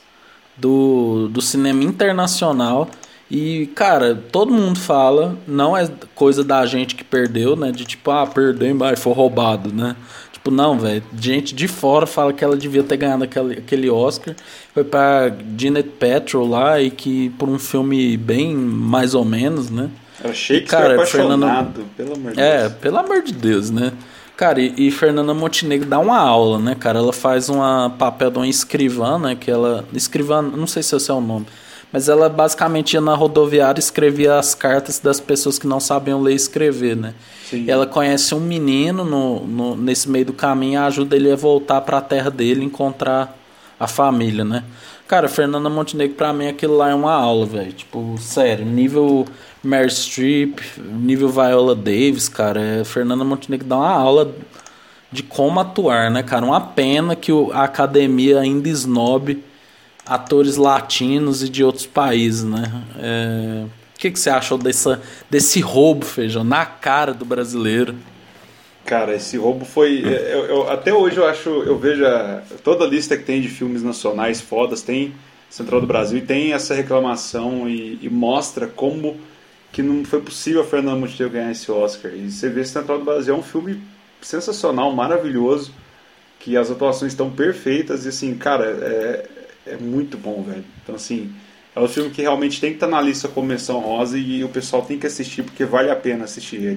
do, do cinema internacional. E, cara, todo mundo fala, não é coisa da gente que perdeu, né? De tipo, ah, perdeu, mas foi roubado, né? Tipo, não, velho. Gente de fora fala que ela devia ter ganhado aquele, aquele Oscar. Foi pra Gwyneth Paltrow lá, e que por um filme bem mais ou menos, né? Eu achei que cara, apaixonado, Fernanda... pelo amor de Deus. É, pelo amor de Deus, né? Cara, e, e Fernanda Montenegro dá uma aula, né, cara? Ela faz um papel de uma escrivã, né? Que ela... Escrivã, não sei se esse é o nome. Mas ela basicamente ia na rodoviária e escrevia as cartas das pessoas que não sabiam ler e escrever, né? Sim. E ela conhece um menino no, no, nesse meio do caminho e ajuda ele a voltar para a terra dele, encontrar a família, né? Cara, Fernanda Montenegro, pra mim, aquilo lá é uma aula, velho. Tipo, sério, nível Meryl Streep, nível Viola Davis, cara. É, Fernanda Montenegro dá uma aula de como atuar, né, cara? Uma pena que o, a academia ainda esnobe atores latinos e de outros países, né? É... O que, que você achou dessa, desse roubo, Feijão, na cara do brasileiro? Cara, esse roubo foi... Eu, eu, até hoje eu acho... Eu vejo a, toda a lista que tem de filmes nacionais fodas, tem Central do Brasil, e tem essa reclamação e, e mostra como que não foi possível a Fernanda Montenegro ganhar esse Oscar. E você vê Central do Brasil é um filme sensacional, maravilhoso, que as atuações estão perfeitas e assim, cara, é, é muito bom, velho. Então assim... É um filme que realmente tem que estar na lista como menção rosa e o pessoal tem que assistir porque vale a pena assistir ele.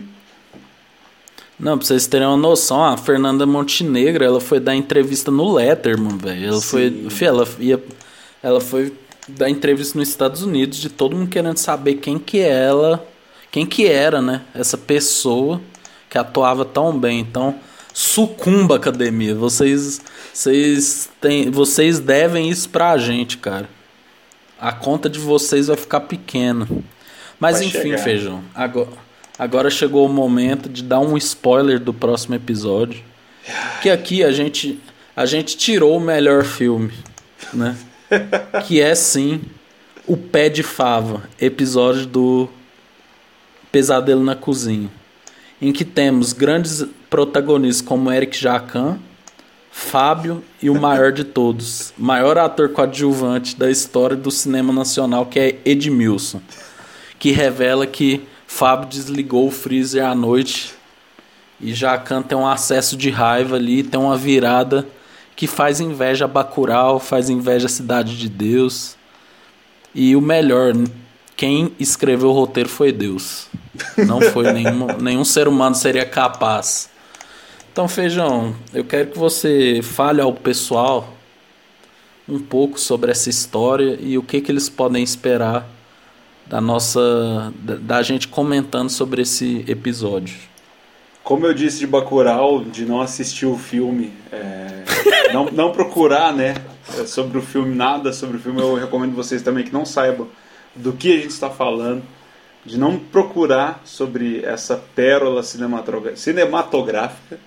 Não, pra vocês terem uma noção, a Fernanda Montenegro, ela foi dar entrevista no Letterman, velho. Ela foi, ela ia, ela foi dar entrevista nos Estados Unidos, de todo mundo querendo saber quem que é ela, quem que era, né, essa pessoa que atuava tão bem. Então, sucumba, academia. Vocês, vocês, têm, vocês devem isso pra gente, cara. A conta de vocês vai ficar pequena. Mas vai enfim, chegar. Feijão. Agora, agora chegou o momento de dar um spoiler do próximo episódio. Que aqui a gente, a gente tirou o melhor filme, né? Que é sim O Pé de Fava, episódio do Pesadelo na Cozinha, em que temos grandes protagonistas como Eric Jacquin, Fábio e o maior de todos, maior ator coadjuvante da história do cinema nacional, que é Edmilson, que revela que Fábio desligou o freezer à noite e Jacquin tem um acesso de raiva ali, tem uma virada que faz inveja a Bacurau, faz inveja a Cidade de Deus. E o melhor, quem escreveu o roteiro foi Deus. Não foi nenhum, nenhum ser humano seria capaz. Então, Feijão, eu quero que você fale ao pessoal um pouco sobre essa história e o que, que eles podem esperar da nossa, da, da gente comentando sobre esse episódio. Como eu disse de Bacurau, de não assistir o filme, é, não, não procurar, né, sobre o filme, nada sobre o filme, eu recomendo vocês também que não saibam do que a gente está falando, de não procurar sobre essa pérola cinematográfica,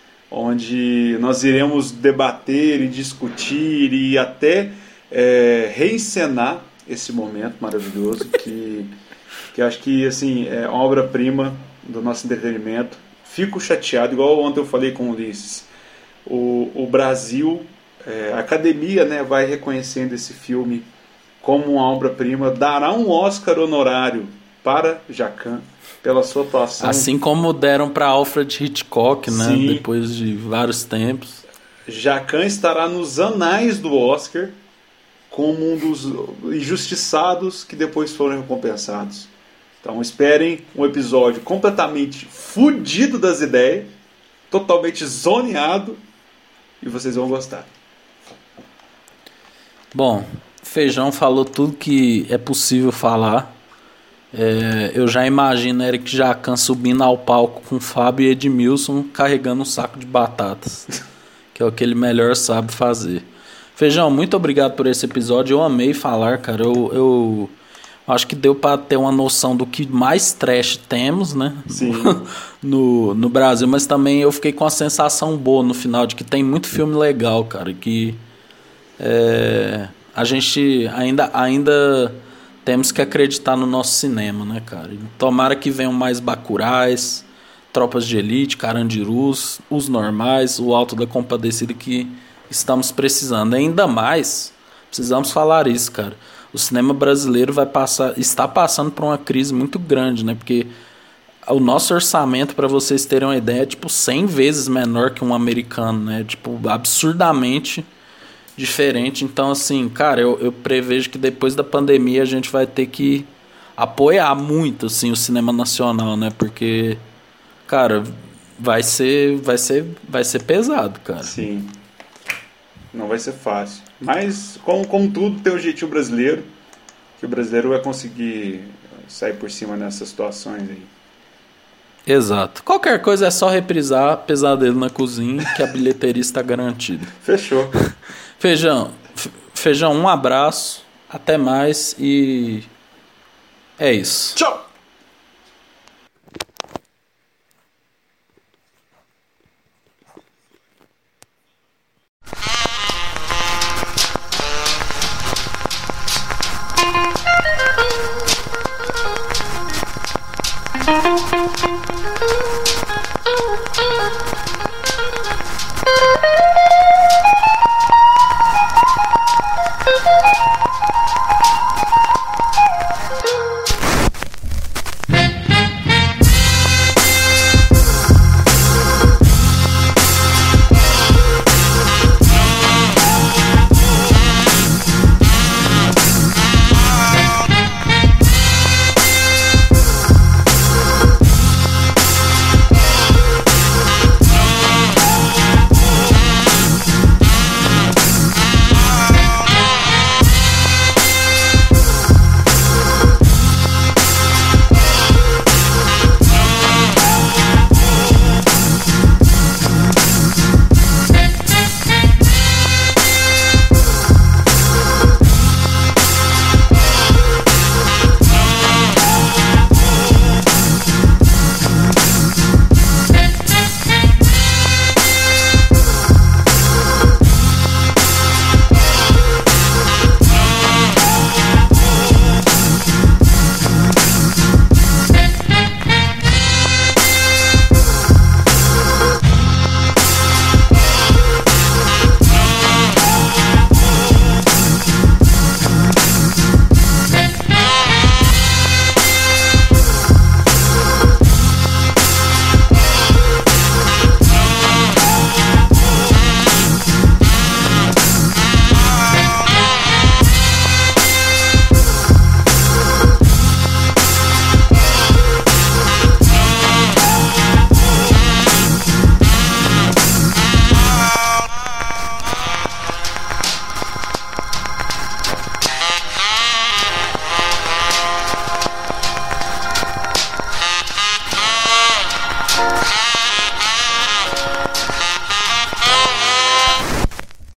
onde nós iremos debater e discutir e até é, reencenar esse momento maravilhoso que, que acho que assim, é uma obra-prima do nosso entretenimento. Fico chateado, igual ontem eu falei com o Ulisses, o, o Brasil, é, a academia, né, vai reconhecendo esse filme como uma obra-prima, dará um Oscar honorário para Jacquin pela sua atuação. Assim como deram para Alfred Hitchcock, né? Sim. Depois de vários tempos. Jacquin estará nos anais do Oscar como um dos injustiçados que depois foram recompensados. Então esperem um episódio completamente fudido das ideias, totalmente zoneado, e vocês vão gostar. Bom, Feijão falou tudo que é possível falar. É, eu já imagino Eric Jacquin subindo ao palco com Fábio e Edmilson carregando um saco de batatas, que é o que ele melhor sabe fazer. Feijão, muito obrigado por esse episódio. Eu amei falar, cara. Eu, eu acho que deu para ter uma noção do que mais trash temos, né? Sim. no, no Brasil, mas também eu fiquei com a sensação boa no final de que tem muito filme legal, cara, que é, a gente ainda, ainda temos que acreditar no nosso cinema, né, cara? Tomara que venham mais Bacurais, Tropas de Elite, Carandirus, os normais, o Alto da Compadecida que estamos precisando. Ainda mais, precisamos falar isso, cara. O cinema brasileiro vai passar, está passando por uma crise muito grande, né? Porque o nosso orçamento, para vocês terem uma ideia, é tipo cem vezes menor que um americano, né? Tipo, absurdamente diferente. Então, assim, cara, eu, eu prevejo que depois da pandemia a gente vai ter que apoiar muito, assim, o cinema nacional, né? Porque, cara, vai ser, vai ser, vai ser pesado, cara. Sim. Não vai ser fácil. Mas, como, como tudo, tem o jeitinho brasileiro, que o brasileiro vai conseguir sair por cima nessas situações aí. Exato. Qualquer coisa é só reprisar Pesadelo na Cozinha, que a bilheteria está garantida. Fechou. Feijão, Feijão, um abraço, até mais e é isso. Tchau!